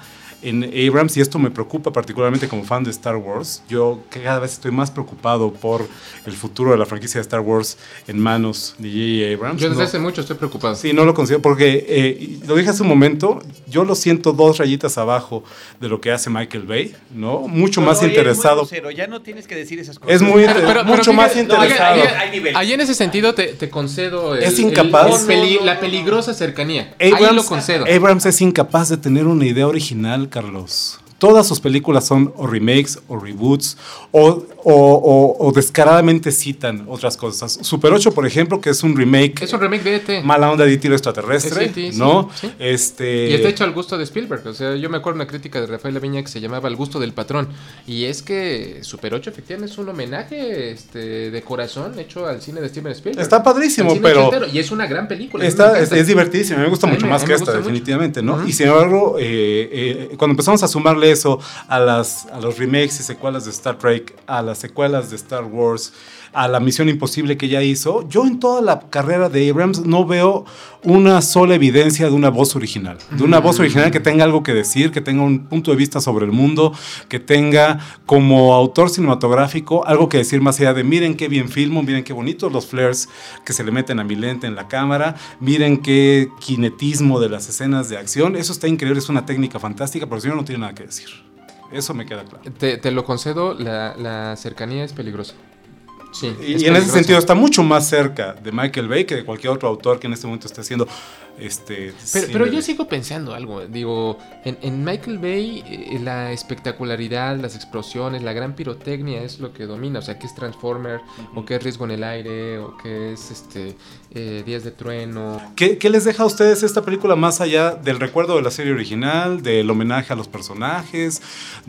en Abrams, y esto me preocupa particularmente como fan de Star Wars. Yo cada vez estoy más preocupado por el futuro de la franquicia de Star Wars en manos de J J Abrams. Yo desde no, hace mucho estoy preocupado. Sí, no lo considero, porque eh, lo dije hace un momento, yo lo siento dos rayitas abajo de lo que hace Michael Bay, ¿no? Mucho No, más oye, interesado. es muy grosero, ya no tienes que decir esas cosas. Es muy Pero- pero- mucho pero más fíjate, no, interesado. oiga, Hay nivel. Ahí en ese sentido te, te concedo el- Es el- incapaz. el peli- la peligrosa cercanía. Abrams, Ahí lo concedo. Abrams es incapaz de tener una idea original, Carlos. Todas sus películas son o remakes o reboots o, o, o, o descaradamente citan otras cosas. Super ocho, por ejemplo, que es un remake. Es un remake de E T. Mala onda de tiro extraterrestre, Es E T, sí, ¿no? sí. Este... Y está hecho al gusto de Spielberg. O sea, yo me acuerdo de una crítica de Rafael Laviña que se llamaba Al gusto del patrón. Y es que Super ocho efectivamente es un homenaje este, de corazón hecho al cine de Steven Spielberg. Está padrísimo, Al cine pero... ochentero, y es una gran película. a mí me Está, es, encanta. es divertidísimo, me gusta A mí mucho me- más a mí que me esta, gusta mucho. definitivamente, ¿no? Ujú. Y sin embargo, eh, eh, cuando empezamos a sumarle eso a, las, a los remakes y secuelas de Star Trek, a las secuelas de Star Wars, a la Misión Imposible que ya hizo, yo en toda la carrera de Abrams no veo una sola evidencia de una voz original, de una voz original que tenga algo que decir, que tenga un punto de vista sobre el mundo, que tenga como autor cinematográfico algo que decir más allá de miren qué bien filmo, miren qué bonitos los flares que se le meten a mi lente en la cámara, miren qué kinetismo de las escenas de acción, eso está increíble, es una técnica fantástica, pero si no, no tiene nada que decir. Eso me queda claro. Te, te lo concedo, la, la cercanía es peligrosa. Sí, Y, es y en ese peligrosa. sentido está mucho más cerca de Michael Bay que de cualquier otro autor que en este momento esté haciendo este Pero, cine. pero yo sigo pensando algo, digo, en, en Michael Bay eh, la espectacularidad, las explosiones, la gran pirotecnia es lo que domina, o sea, que es Transformer, uh-huh. o que es Riesgo en el Aire, o que es este eh, Días de Trueno. ¿Qué, ¿Qué les deja a ustedes esta película más allá del recuerdo de la serie original, del homenaje a los personajes,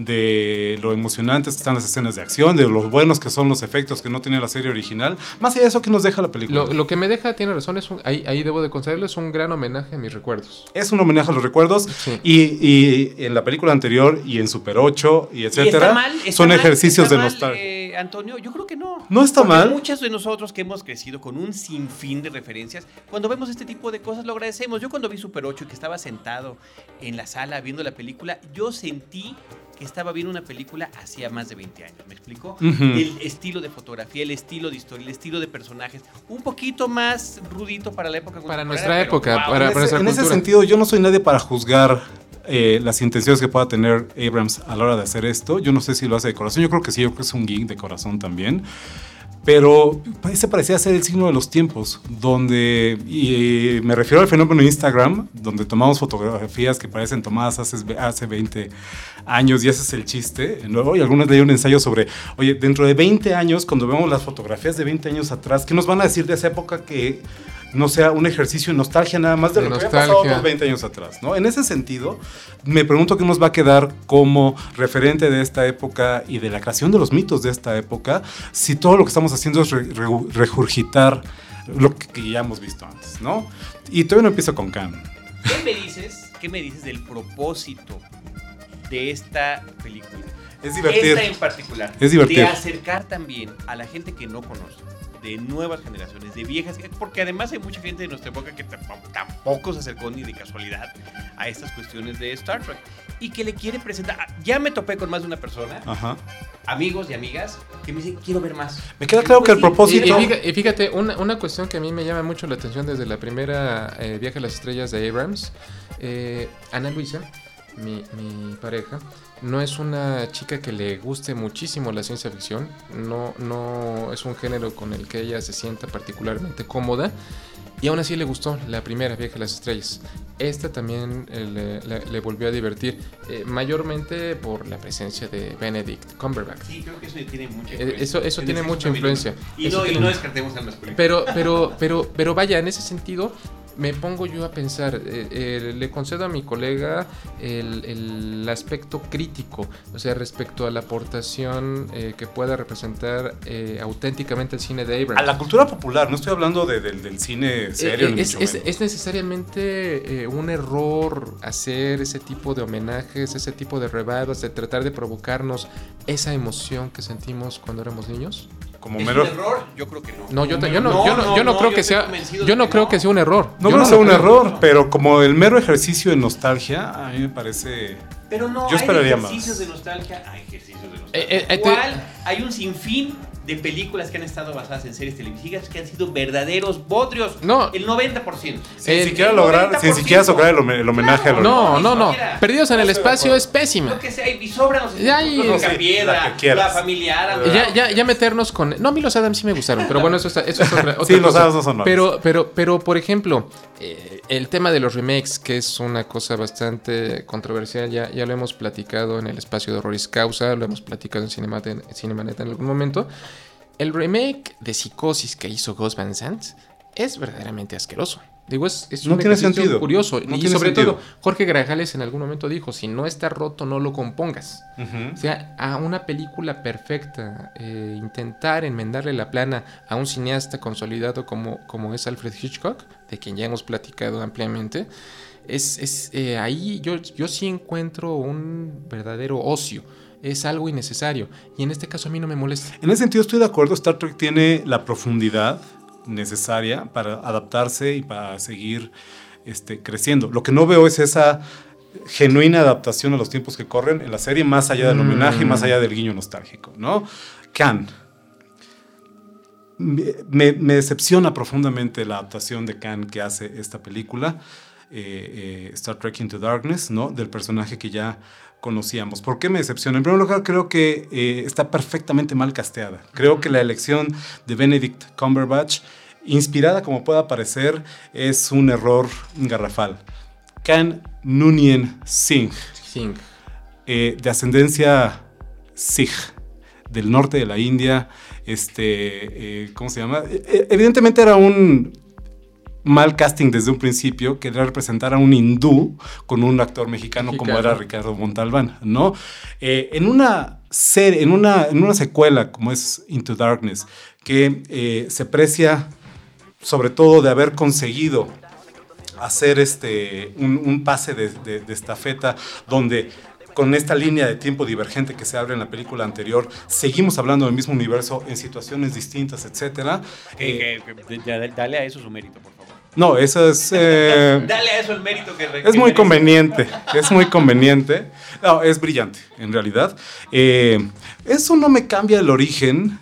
de lo emocionantes que están las escenas de acción, de los buenos que son los efectos que no tiene la serie original? Más allá de eso, ¿qué nos deja la película? Lo, lo que me deja, tiene razón, es un, ahí, ahí debo de concederlo, es un gran homenaje a mis recuerdos. Es un homenaje a los recuerdos, sí. y, y en la película anterior y en Super ocho y etcétera, ¿Y está mal? ¿Está son mal? ejercicios ¿Está de mal, nostalgia. Eh, Antonio, yo creo que no. No está Porque mal. Muchos de nosotros que hemos crecido con un sinfín de referencias, cuando vemos este tipo de cosas lo agradecemos. Yo cuando vi Super ocho y que estaba sentado en la sala viendo la película, yo sentí que estaba viendo una película hacía más de veinte años, ¿me explico? Uh-huh. El estilo de fotografía, el estilo de historia, el estilo de personajes, un poquito más rudito para la época. Para nuestra época, wow, para, en para ese, nuestra en ese cultura. sentido, yo no soy nadie para juzgar eh, las intenciones que pueda tener Abrams a la hora de hacer esto. Yo no sé si lo hace de corazón, yo creo que sí, yo creo que es un geek de corazón también. Pero ese parecía ser el signo de los tiempos, donde, y me refiero al fenómeno de Instagram, donde tomamos fotografías que parecen tomadas hace, hace veinte años, y ese es el chiste. Luego, y algunos leí un ensayo sobre, oye, dentro de veinte años, cuando vemos las fotografías de veinte años atrás, ¿qué nos van a decir de esa época que no sea un ejercicio de nostalgia nada más de, de lo nostalgia. que había pasado los veinte años atrás, ¿no? En ese sentido, me pregunto qué nos va a quedar como referente de esta época y de la creación de los mitos de esta época, si todo lo que estamos haciendo es re, re, regurgitar lo que, que ya hemos visto antes, ¿no? Y todavía no empiezo con Khan. ¿Qué me dices? ¿Qué me dices del propósito de esta película? Es divertir. Esta en particular. Es divertir. De acercar también a la gente que no conoce, de nuevas generaciones, de viejas, porque además hay mucha gente de nuestra época que tampoco se acercó ni de casualidad a estas cuestiones de Star Trek y que le quiere presentar. Ya me topé con más de una persona, Ajá. amigos y amigas, que me dicen, quiero ver más. Me queda claro que el propósito... Y, y fíjate, y fíjate una, una cuestión que a mí me llama mucho la atención desde la primera eh, Viaje a las Estrellas de Abrams, eh, Ana Luisa, mi, mi pareja, no es una chica que le guste muchísimo la ciencia ficción, no, no es un género con el que ella se sienta particularmente cómoda, y aún así le gustó la primera Viaje a las Estrellas. Esta también eh, le, le, le volvió a divertir, eh, mayormente por la presencia de Benedict Cumberbatch. Sí, creo que eso tiene mucha influencia. Eso, eso tiene mucha influencia. Y no, y no descartemos al masculino. Pero, pero, pero, pero vaya, en ese sentido... me pongo yo a pensar, eh, eh, le concedo a mi colega el, el aspecto crítico, o sea, respecto a la aportación eh, que pueda representar eh, auténticamente el cine de Abrams. A la cultura popular, no estoy hablando de, de, del cine serio. Eh, ni es, mucho es, es necesariamente eh, un error hacer ese tipo de homenajes, ese tipo de revivals, de tratar de provocarnos esa emoción que sentimos cuando éramos niños. como ¿Es mero... un error? Yo creo que no. No, yo, te- yo no, No, yo no, no, yo no no, creo yo que estoy sea, convencido yo de no que creo no. que sea un error. No Yo creo que sea un creo. error, pero como el mero ejercicio de nostalgia, a mí me parece... Pero no, Yo esperaría hay más. ejercicios de nostalgia. Hay ejercicios de nostalgia. Eh, eh, eh, te- ¿Cuál? Hay un sinfín de películas que han estado basadas en series televisivas que han sido verdaderos bodrios. No. El noventa por ciento. Sin Eh, siquiera el lograr, noventa sin por siquiera ciento. lograr el, home- el homenaje Claro, a lo No, ni no, no. siquiera. Perdidos en el Estoy de espacio acuerdo. es pésima. Lo que sea, y sobran los Ya, y- ejemplos, Sí, la piedra, la que quieras. la familiar. Ya, ya, ya meternos con... No, a mí los Adams sí me gustaron, pero bueno, eso, está, eso es otra, otra Sí, los cosa. Adams no son malos. Pero, pero, pero, por ejemplo, eh, el tema de los remakes, que es una cosa bastante controversial, ya, ya lo hemos platicado en el espacio de Horroris Causa, lo hemos platicado en Cinemanet, en Cinemanet en algún momento. El remake de Psicosis que hizo Gus Van Sant es verdaderamente asqueroso. Digo, es, es No un tiene ejercicio sentido. curioso. No y tiene sobre sentido. todo, Jorge Grajales en algún momento dijo, si no está roto, no lo compongas. Ujú. O sea, a una película perfecta, eh, intentar enmendarle la plana a un cineasta consolidado como, como es Alfred Hitchcock, de quien ya hemos platicado ampliamente, es, es eh, ahí yo, yo sí encuentro un verdadero ocio. Es algo innecesario. Y en este caso a mí no me molesta. En ese sentido estoy de acuerdo, Star Trek tiene la profundidad necesaria para adaptarse y para seguir este, creciendo. Lo que no veo es esa genuina adaptación a los tiempos que corren en la serie, más allá del homenaje y más allá del guiño nostálgico, ¿no? Khan. Me, me decepciona profundamente la adaptación de Khan que hace esta película, eh, eh, Star Trek Into Darkness, ¿no? Del personaje que ya conocíamos. ¿Por qué me decepciona? En primer lugar, creo que eh, está perfectamente mal casteada. Creo que la elección de Benedict Cumberbatch, inspirada como pueda parecer, es un error garrafal. Khan Noonien Singh, Singh. eh, de ascendencia Sikh, del norte de la India, este, eh, ¿cómo se llama? Eh, evidentemente era un mal casting desde un principio, quería representar a un hindú con un actor mexicano, Mexicano. como era Ricardo Montalbán, ¿no? Eh, en una serie, en una, en una secuela como es Into Darkness, que eh, se precia sobre todo de haber conseguido hacer este, un, un pase de, de, de estafeta donde con esta línea de tiempo divergente que se abre en la película anterior, seguimos hablando del mismo universo en situaciones distintas, etcétera. Eh, Eh, que- que- ya- dale a eso su mérito, por favor. no, eso es... eh, Dale a eso el mérito que re- es que muy merece. conveniente, es muy conveniente. No, es brillante, en realidad. Eh, eso no me cambia el origen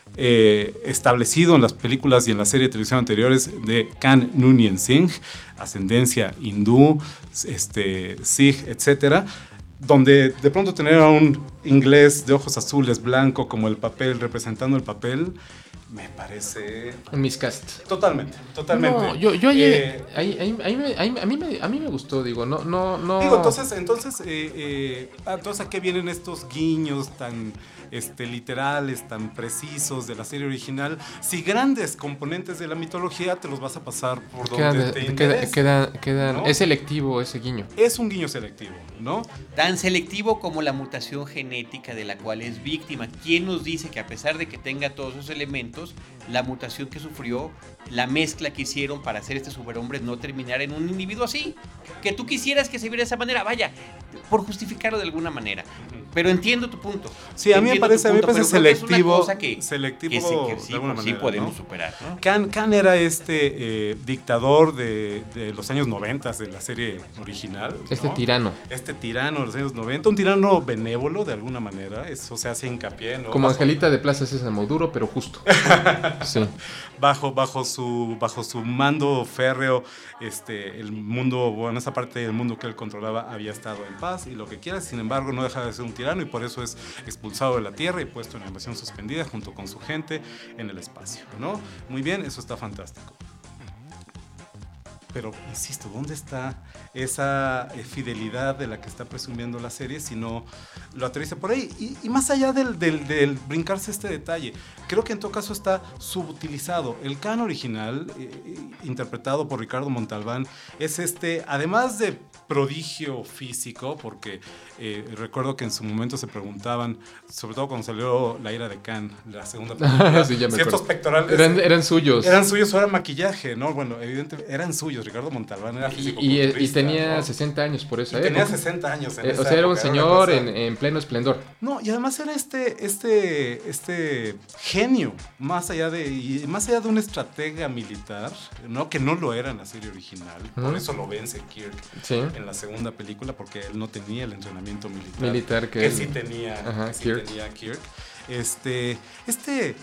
eh, establecido en las películas y en la serie de televisión anteriores de Khan Noonien Singh, ascendencia hindú, este, Sikh, etcétera, donde de pronto tener a un inglés de ojos azules, blanco, como el papel, representando el papel, me parece... Un miscast. Totalmente, totalmente. No, yo, yo ahí, Eh, ahí- ahí- ahí me- ahí- a, mí me, a mí me gustó, digo, no, no, no. Digo, entonces, entonces, eh, eh, entonces, ¿a qué vienen estos guiños tan este, literales, tan precisos de la serie original? Si grandes componentes de la mitología te los vas a pasar por donde Quedan, te queda- interese. queda- quedan- ¿no? es selectivo ese guiño. Es un guiño selectivo, ¿no? Tan selectivo como la mutación genética de la cual es víctima. ¿Quién nos dice que a pesar de que tenga todos esos elementos, la mutación que sufrió, la mezcla que hicieron para hacer este superhombre no terminara en un individuo así? Que tú quisieras que se viera de esa manera, vaya, por justificarlo de alguna manera. Pero entiendo tu punto. Sí, a mí me Entiendo parece, tu a mí me punto, parece pero creo que es una selectivo, cosa que, selectivo que sí, que sí, de alguna sí manera, podemos ¿no? superar, ¿no? Khan, Khan era este eh, dictador de, de los años noventa de la serie original. Este ¿no? tirano. Este tirano de los años noventa, un tirano benévolo de alguna manera, eso se hace hincapié, ¿no? Como Bajo- Angelita de Plaza Sésamo, duro pero justo. Sí. Bajo, bajo, su, bajo su mando férreo, este, el mundo, bueno, esa parte del mundo que él controlaba había estado en paz y lo que quiera, sin embargo no deja de ser un tirano y por eso es expulsado de la Tierra y puesto en invasión suspendida junto con su gente en el espacio, ¿no? Muy bien, eso está fantástico. Pero, insisto, ¿dónde está esa eh, fidelidad de la que está presumiendo la serie si no lo aterriza por ahí? Y, y más allá del, del, del brincarse este detalle, creo que en todo caso está subutilizado. El Khan original, eh, interpretado por Ricardo Montalbán, es este, además de prodigio físico, porque eh, recuerdo que en su momento se preguntaban, sobre todo cuando salió La ira de Khan, la segunda película, Sí, ya me ciertos acuerdo. pectorales Eran, eran suyos. eran suyos o era maquillaje, ¿no? Bueno, evidentemente eran suyos, años. Ricardo Montalbán era Y, físico y, y tenía ¿no? sesenta años por esa y época. Tenía sesenta años en eh, esa O sea, era un época, señor era en, en pleno esplendor. No, y además era este, este, este genio, más allá de, y más allá de un estratega militar, ¿no? Que no lo era en la serie original. Uh-huh. Por eso lo vence Kirk sí. en la segunda película, porque él no tenía el entrenamiento militar. Militar que, que él... sí tenía, Ajá, que sí Kirk. tenía Kirk. Este, este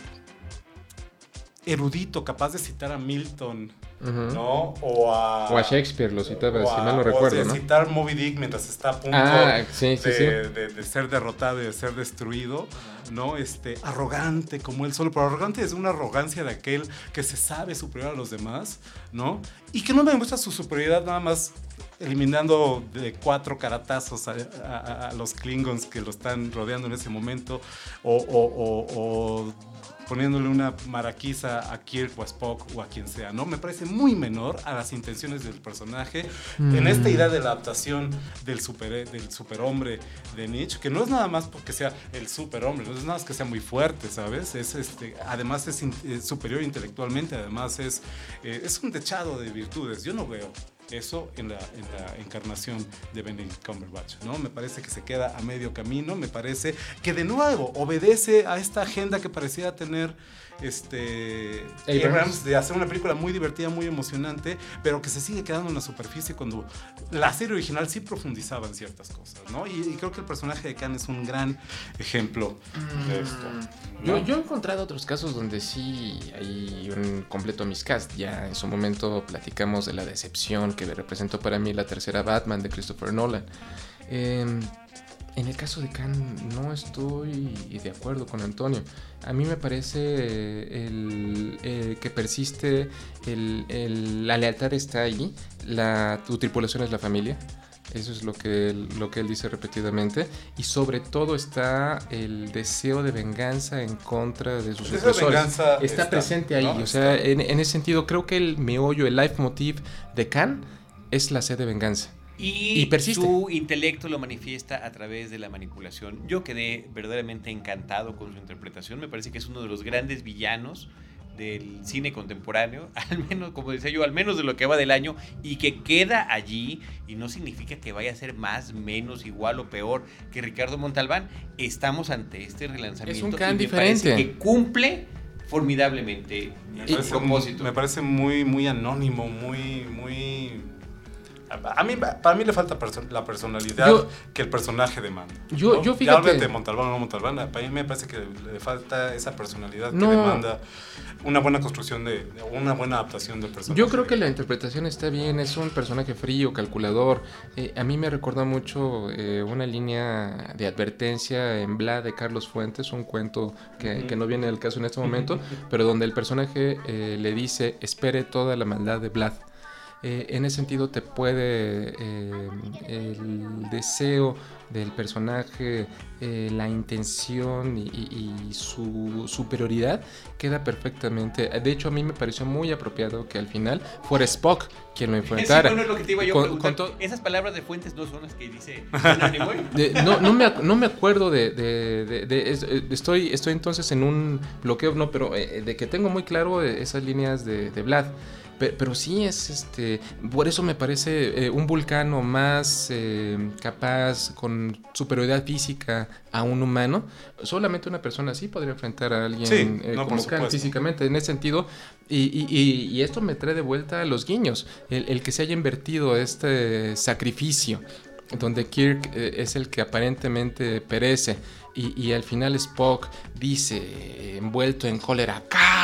erudito capaz de citar a Milton, uh-huh. ¿no? O a, o a Shakespeare, lo citaba, a, si mal no recuerdo, o de ¿no? citar Moby Dick mientras está a punto ah, sí, sí, de, sí. De, de ser derrotado y de ser destruido, ¿no? Este, arrogante como él solo, pero arrogante es una arrogancia de aquel que se sabe superior a los demás, ¿no? Y que no me demuestra su superioridad nada más eliminando de cuatro caratazos a, a, a los Klingons que lo están rodeando en ese momento, o, o, o, o poniéndole una maraquiza a Kirk o a Spock o a quien sea, ¿no? Me parece muy menor a las intenciones del personaje mm. en esta idea de la adaptación del, super, del superhombre de Nietzsche, que no es nada más porque sea el superhombre, no es nada más que sea muy fuerte, ¿sabes? Es, este, además es, in, es superior intelectualmente, además es, eh, es un dechado de virtudes. Yo no veo eso en la, en la encarnación de Benedict Cumberbatch, ¿no? Me parece que se queda a medio camino, me parece que de nuevo obedece a esta agenda que parecía tener este Abrams. Abrams de hacer una película muy divertida, muy emocionante, pero que se sigue quedando en la superficie cuando la serie original sí profundizaba en ciertas cosas, ¿no? Y, y creo que el personaje de Khan es un gran ejemplo mm. de esto, ¿no? Yo, yo he encontrado otros casos donde sí hay un completo miscast. Ya en su momento platicamos de la decepción que representó para mí la tercera Batman de Christopher Nolan. Eh, En el caso de Khan no estoy de acuerdo con Antonio. A mí me parece el, el que persiste, el, el, la lealtad está ahí, la, tu tripulación es la familia. Eso es lo que, él, lo que él dice repetidamente. Y sobre todo está el deseo de venganza en contra de sus opresores. Está, está presente ahí. ¿No? O sea, en, en ese sentido, creo que el meollo, el leitmotiv de Khan es la sed de venganza. Y, y su intelecto lo manifiesta a través de la manipulación. Yo quedé verdaderamente encantado con su interpretación. Me parece que es uno de los grandes villanos del cine contemporáneo, al menos, como decía yo, al menos de lo que va del año, y que queda allí, y no significa que vaya a ser más, menos, igual o peor que Ricardo Montalbán. Estamos ante este relanzamiento. Es un Khan y me diferente. Parece que cumple formidablemente el propósito. Me parece muy, muy anónimo, muy, muy... A mí, para mí le falta perso- la personalidad yo, que el personaje demanda. Yo, ¿no? yo fíjate. Ya de Montalbán o no Montalbán, para mí me parece que le falta esa personalidad no. que demanda una buena construcción, de, de una buena adaptación del personaje. Yo creo que la interpretación está bien, es un personaje frío, calculador. Eh, a mí me recuerda mucho eh, una línea de advertencia en Bla de Carlos Fuentes, un cuento que, uh-huh. que no viene al caso en este momento, pero donde el personaje eh, le dice, espere toda la maldad de Vlad. Eh, en ese sentido te puede eh, el deseo del personaje, eh, la intención y, y, y su superioridad queda perfectamente. De hecho, a mí me pareció muy apropiado que al final fuera Spock quien lo enfrentara. Sí, bueno, es lo que te iba yo a preguntar. Con to- Esas palabras de Fuentes no son las que dice de, no, no, me, no me acuerdo de... de, de, de es, estoy, estoy entonces en un bloqueo, no, pero eh, de que tengo muy claro esas líneas de, de Vlad. Pero, pero sí es este, por eso me parece eh, un vulcano más eh, capaz, con superioridad física a un humano. Solamente una persona así podría enfrentar a alguien sí, eh, no, como Khan físicamente, en ese sentido. Y, y, y, y esto me trae de vuelta a los guiños, el, el que se haya invertido este sacrificio, donde Kirk eh, es el que aparentemente perece. Y, y al final Spock dice, envuelto en cólera,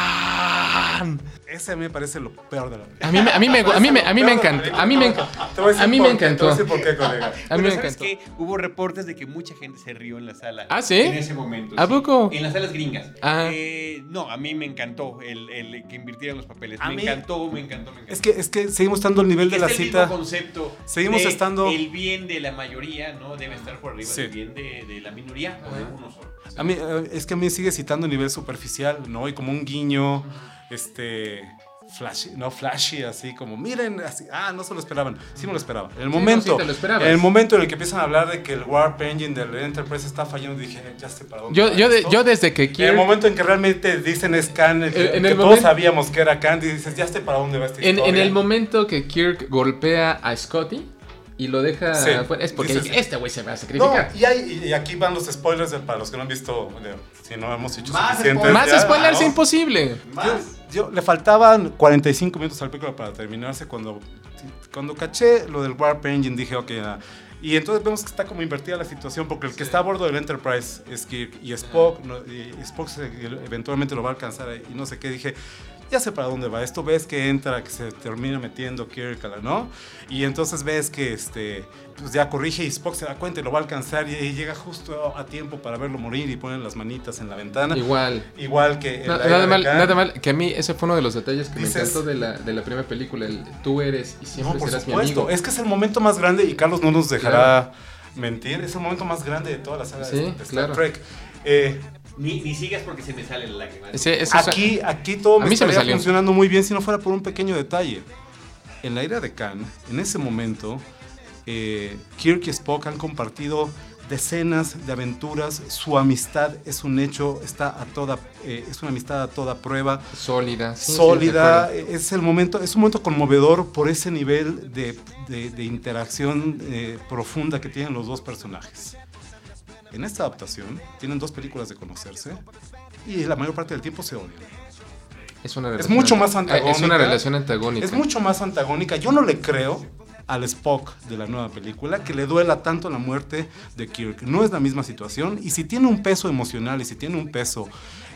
¡Khan! Ese a mí me parece lo peor de la película. A mí, a mí me, a mí me, a mí me encantó. A mí me, a mí me encantó. Te voy a decir por qué, colega. A mí me encantó. Que hubo reportes de que mucha gente se rió en la sala. ¿Ah, sí? En ese momento. ¿A sí. poco? En las salas gringas. Ah. Eh, no, a mí me encantó el, el que invirtieran los papeles. A me mí, encantó, me encantó, me encantó. Es que, es que seguimos estando al nivel de la es el cita. Mismo concepto. Seguimos de estando. El bien de la mayoría, ¿no? Debe estar por arriba sí. del bien de, de la minoría o de uno solo. A mí, es que a mí sigue citando a nivel superficial, ¿no? Y como un guiño, este... flashy, no flashy, así como, miren, así, ah, no se lo esperaban, sí me lo esperaban. En el Sí, momento, no, sí te lo esperabas. en el momento en el que empiezan a hablar de que el Warp Engine del Enterprise está fallando, dije, ya sé para dónde Yo, va yo, de- esto. yo desde que En el Kirk... momento en que realmente dicen es Khan, el que, En que el todos momento- sabíamos que era Khan, dices, ya sé para dónde va esta En, historia. en el momento que Kirk golpea a Scotty y lo deja Sí, fuera, es porque dices- dije, este güey se va a No, sacrificar. y, hay- y aquí van los spoilers de- para los que no han visto, de- si no hemos hecho Más suficientes. spoilers. Más ya, spoilers ¿no? imposible. Más. Yo, le faltaban cuarenta y cinco minutos al película para terminarse. Cuando, cuando caché lo del Warp Engine, dije, ok, ya. Y entonces vemos que está como invertida la situación, porque el que Sí. está a bordo del Enterprise es Kirk y Spock, no, y Spock se- eventualmente lo va a alcanzar y no sé qué. Dije, ya sé para dónde va esto. Ves que entra, que se termina metiendo Kirk, ¿no? Y entonces ves que este, pues ya corrige y Spock se da cuenta y lo va a alcanzar y, y llega justo a tiempo para verlo morir y ponen las manitas en la ventana. Igual. Igual que en Na- la era nada de mal, Khan. nada mal, que a mí ese fue uno de los detalles que Dices- me encantó de la, de la primera película, el tú eres y siempre No, por serás mi supuesto. amigo. Es que es el momento más grande y Carlos no nos dejará mentir. Es el momento más grande de toda la saga Sí, de, de Star claro. Trek. Eh, Ni, ni sigas porque se me sale la lágrima. Ese- ese- aquí, aquí todo A me mí se me estaría salió. funcionando muy bien si no fuera por un pequeño detalle. En la era de Khan, en ese momento, eh, Kirk y Spock han compartido decenas de aventuras. Su amistad es un hecho, está a toda, eh, es una amistad a toda prueba. Sólida. sí, sí, de Sólida, acuerdo. es el momento, es un momento conmovedor por ese nivel de, de- de interacción eh, profunda que tienen los dos personajes. En esta adaptación tienen dos películas de conocerse y la mayor parte del tiempo se odian. Es, una es relación mucho más anta- antagónica. Es una relación antagónica. Es mucho más antagónica. Yo no le creo al Spock de la nueva película que le duela tanto la muerte de Kirk. No es la misma situación y si tiene un peso emocional y si tiene un peso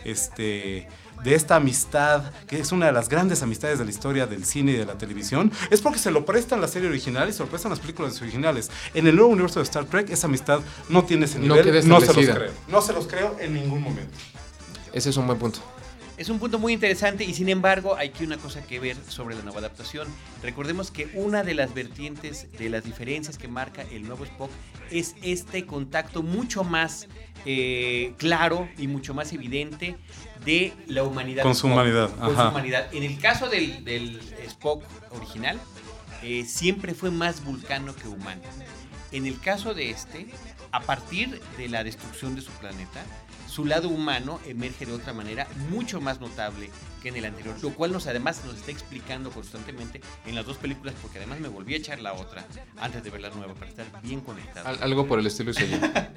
este, de esta amistad, que es una de las grandes amistades de la historia del cine y de la televisión, es porque se lo prestan la serie original y se lo prestan las películas originales. En el nuevo universo de Star Trek, esa amistad no tiene ese No nivel. queda No, se los establecida. creo. No se los creo en ningún momento. Ese es un buen punto. Es un punto muy interesante y sin embargo hay que una cosa que ver sobre la nueva adaptación. Recordemos que una de las vertientes de las diferencias que marca el nuevo Spock es este contacto mucho más eh, claro y mucho más evidente de la humanidad. Con de su Spock, humanidad, Con ajá. su humanidad. En el caso del, del Spock original, eh, siempre fue más vulcano que humano. En el caso de este, a partir de la destrucción de su planeta, su lado humano emerge de otra manera mucho más notable que en el anterior, lo cual nos además nos está explicando constantemente en las dos películas, porque además me volví a echar la otra antes de ver la nueva para estar bien conectado. Al- algo por el estilo hizo yo.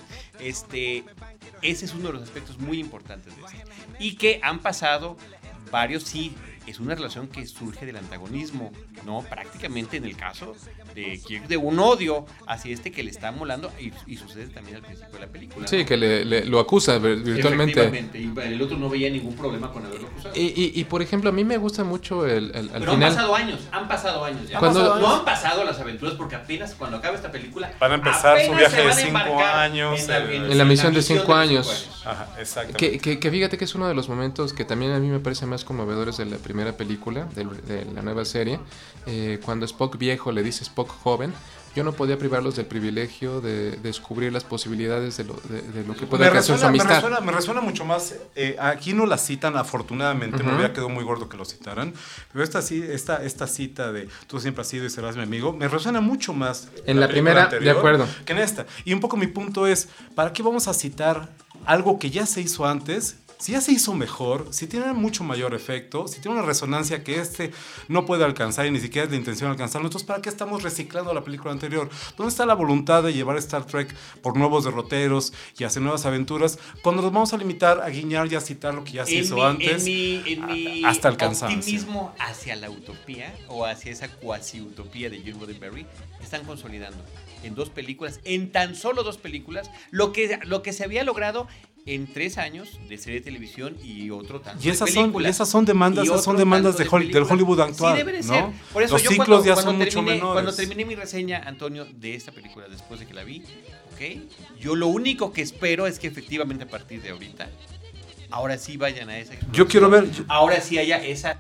Este, ese es uno de los aspectos muy importantes de este. Y que han pasado varios, sí, es una relación que surge del antagonismo, ¿no? Prácticamente en el caso de Kirk, de un odio hacia este que le está molando, y, y sucede también al principio de la película. Sí, ¿no? que le, le- lo acusa vir- virtualmente. Efectivamente, y el otro no veía ningún problema con haberlo acusado. Y, y, y, por ejemplo, a mí me gusta mucho el, el- al Pero final. han pasado años, han pasado años ya. Cuando- no han pasado las aventuras porque apenas cuando acabe esta película Van a empezar su apenas viaje se de van a cinco embarcar años, en la, el- En la misión de cinco años. Ajá, exactamente. Que, que, que fíjate que es uno de los momentos que también a mí me parece más conmovedores de la primera película, de, de la nueva serie, eh, cuando Spock viejo le dice Spock joven. Yo no podía privarlos del privilegio de descubrir las posibilidades de lo, de, de lo que puede me alcanzar su resuena, me, amistad. resuena, me resuena mucho más. Eh, aquí no la citan, afortunadamente. Ujú. Me hubiera quedado muy gordo que lo citaran. Pero esta, sí- esta, esta cita de tú siempre has sido y serás mi amigo, me resuena mucho más En la película primera, de acuerdo. que en esta. Y un poco mi punto es: ¿para qué vamos a citar algo que ya se hizo antes? Si ya se hizo mejor, si tiene mucho mayor efecto, si tiene una resonancia que este no puede alcanzar y ni siquiera es la intención de alcanzarlo, entonces ¿para qué estamos reciclando la película anterior? ¿Dónde está la voluntad de llevar Star Trek por nuevos derroteros y hacer nuevas aventuras cuando nos vamos a limitar a guiñar y a citar lo que ya se En hizo mi, antes? en mi, en mi a- hasta el cansancio. optimismo hacia la utopía o hacia esa cuasi utopía de Gene Roddenberry están consolidando en dos películas, en tan solo dos películas, lo que, lo que se había logrado en tres años de serie de televisión y otro tanto Y esas de son, películas. y esas son demandas, Y esas otro son demandas de tanto Hol- del películas. Hollywood actual. Sí, debe de ¿no? ser. Por eso Los yo ciclos cuando, ya cuando son mucho terminé, menores. Cuando terminé mi reseña, Antonio, de esta película, después de que la vi, ¿ok? Yo lo único que espero es que efectivamente a partir de ahorita, ahora sí vayan a esa Yo quiero ver- exploración, ahora sí haya esa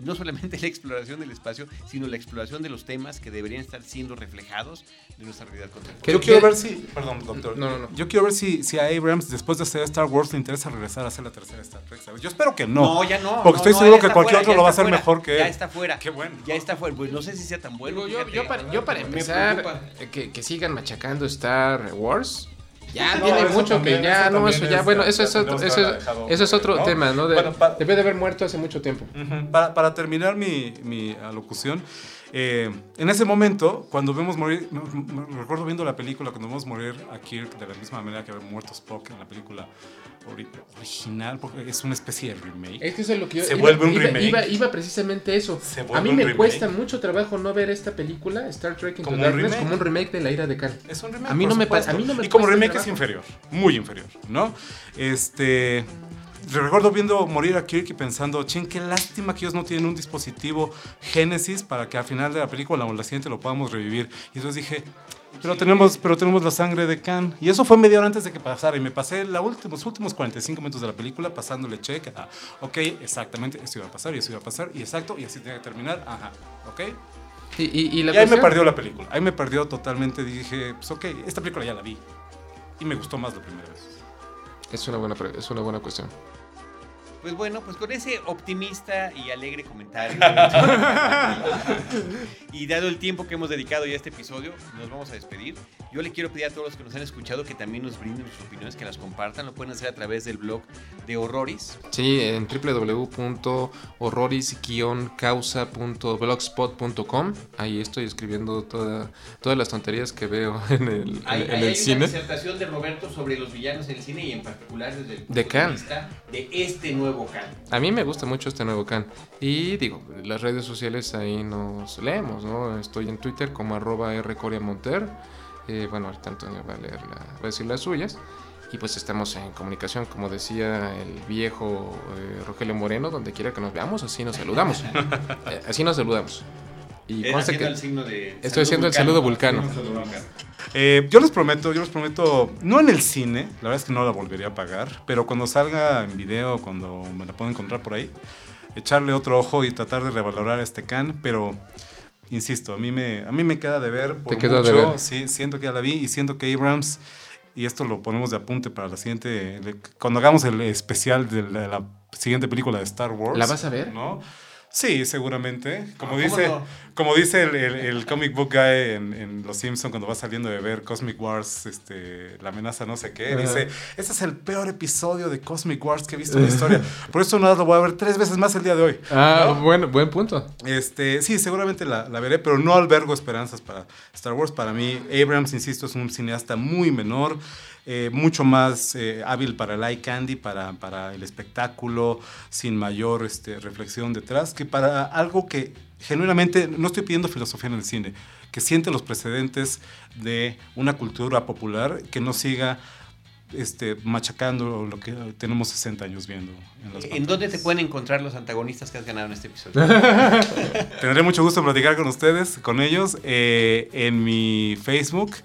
no solamente la exploración del espacio, sino la exploración de los temas que deberían estar siendo reflejados de nuestra realidad contemporánea. Yo quiero ver si, perdón, doctor, no, no, no. yo quiero ver si, si a Abrams, después de hacer Star Wars, le interesa regresar a hacer la tercera Star Trek, ¿sabes? Yo espero que no. No, ya no. Porque no, estoy no, seguro ya que está cualquier fuera, otro lo va a está hacer fuera, mejor que él. Ya está fuera. Qué bueno. Ya está fuera. Pues no sé si sea tan bueno. Digo, yo, fíjate. yo, para, yo para Me empezar, preocupa. que, que sigan machacando Star Wars. Ya No, tiene eso mucho también, que ya, eso no, eso también ya, es- bueno, eso ya es otro, tenemos eso que es, haberla dejado eso es morir, otro ¿no? tema, ¿no? De- Bueno, pa- debe de haber muerto hace mucho tiempo. Ujú. Para, para terminar mi, mi alocución, eh, en ese momento, cuando vemos morir, me, me recuerdo viendo la película, cuando vemos morir a Kirk de la misma manera que había muerto Spock en la película ori- original, porque es una especie de remake. Es que eso es lo que yo Se iba, vuelve un iba, remake. iba, iba precisamente eso. Se A vuelve mí un me remake. cuesta mucho trabajo no ver esta película, Star Trek Into Como un Darkness, remake. como un remake de La Ira de Khan. Es un remake, A mí por no me pa- supuesto. a mí no me Y como cuesta remake es trabajo. inferior, muy inferior, ¿no? Este... Recuerdo viendo morir a Kirk y pensando, ching, qué lástima que ellos no tienen un dispositivo Génesis para que al final de la película o la siguiente lo podamos revivir. Y entonces dije, pero tenemos, pero tenemos la sangre de Khan. Y eso fue media hora antes de que pasara. Y me pasé la última, los últimos cuarenta y cinco minutos de la película pasándole check. Ah, ok, exactamente, esto iba a pasar y eso iba a pasar. Y exacto, y así tenía que terminar. Ajá, ok. Y, y, y la Y ahí me cuestión- perdió la película. Ahí me perdió totalmente. Dije, pues ok, esta película ya la vi. Y me gustó más la primera vez. Es una buena, pre- es una buena cuestión. Pues bueno, pues con ese optimista y alegre comentario y dado el tiempo que hemos dedicado ya a este episodio, nos vamos a despedir. Yo le quiero pedir a todos los que nos han escuchado que también nos brinden sus opiniones, que las compartan. Lo pueden hacer a través del blog de Horroris. Sí, en w w w punto horroris causa punto blogspot punto com. Ahí estoy escribiendo toda, todas las tonterías que veo en el, Hay, en hay el una cine. disertación de Roberto sobre los villanos en el cine y en particular desde el punto De Khan. vista de este nuevo Khan. A mí me gusta mucho este nuevo Khan. Y digo, las redes sociales ahí nos leemos, ¿no? Estoy en Twitter como arroba rcoriamonter. Eh, bueno, ahorita Antonio va a leer la, va a decir las suyas. Y pues estamos en comunicación, como decía el viejo eh, Rogelio Moreno, donde quiera que nos veamos, así nos saludamos. Eh, así nos saludamos. Y Eh, conste haciendo que el signo de estoy haciendo el saludo vulcano. Eh, yo les prometo, yo les prometo, no en el cine, la verdad es que no la volvería a pagar, pero cuando salga en video, cuando me la pueda encontrar por ahí, echarle otro ojo y tratar de revalorar este Khan, pero insisto, a mí me, a mí me queda de ver por Te quedó mucho, de ver. sí, siento que ya la vi y siento que Abrams, y esto lo ponemos de apunte para la siguiente, cuando hagamos el especial de la, la siguiente película de Star Wars. ¿La vas a ver? ¿No? Sí, seguramente. Como ¿Cómo dice, no? como dice el, el- el comic book guy en, en Los Simpson cuando va saliendo de ver Cosmic Wars, este, la amenaza no sé qué, Ajá. dice, este es el peor episodio de Cosmic Wars que he visto en la historia. Por eso nada más lo voy a ver tres veces más el día de hoy. Ah, ¿No? buen, buen punto. Este, sí, seguramente la, la veré, pero no albergo esperanzas para Star Wars. Para mí, Abrams, insisto, es un cineasta muy menor, eh, mucho más eh, hábil para el eye candy, para, para el espectáculo, sin mayor este, reflexión detrás, que para algo que genuinamente, no estoy pidiendo filosofía en el cine, que siente los precedentes de una cultura popular que no siga este, machacando lo que tenemos sesenta años viendo. En, las ¿En dónde te pantallas. pueden encontrar los antagonistas que has ganado en este episodio? Tendré mucho gusto en platicar con ustedes, con ellos, eh, en mi Facebook,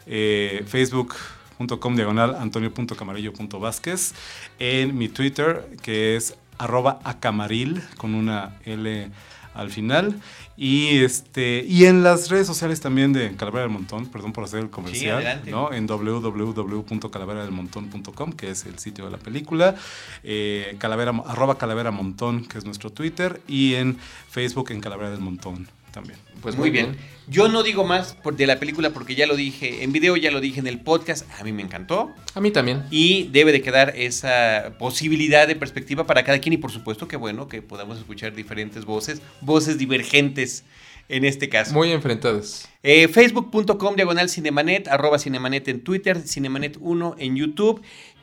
eh, facebook.com diagonal antonio.camarillo.vázquez, en mi Twitter, que es arroba acamaril, con una L al final, y este y en las redes sociales también de Calavera del Montón, perdón por hacer el comercial, adelante. ¿no? En w w w punto calavera del montón punto com, que es el sitio de la película, eh, calavera, arroba calavera montón, que es nuestro Twitter, y en Facebook en Calavera del Montón también. Pues Muy bien. Yo no digo más por- de la película porque ya lo dije en video, ya lo dije en el podcast. A mí me encantó. A mí también. Y debe de quedar esa posibilidad de perspectiva para cada quien. Y por supuesto que bueno que podamos escuchar diferentes voces, voces divergentes en este caso. Muy enfrentadas. Eh, Facebook.com diagonal Cinemanet, arroba Cinemanet en Twitter, Cinemanet uno en YouTube.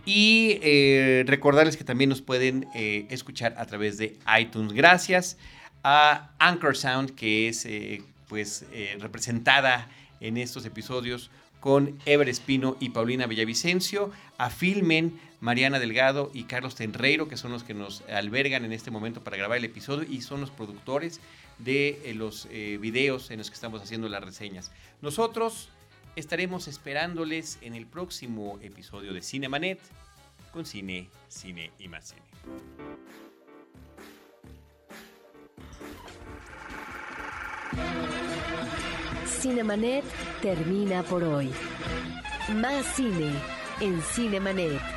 Y eh, recordarles que también nos pueden eh, escuchar a través de iTunes. Gracias a Anchor Sound, que es eh, pues eh, representada en estos episodios con Ever Espino y Paulina Villavicencio, a Filmen, Mariana Delgado y Carlos Tenreiro, que son los que nos albergan en este momento para grabar el episodio y son los productores de eh, los eh, videos en los que estamos haciendo las reseñas. Nosotros estaremos esperándoles en el próximo episodio de Cinemanet con cine, cine y más cine. Cinemanet termina por hoy. Más cine en Cinemanet.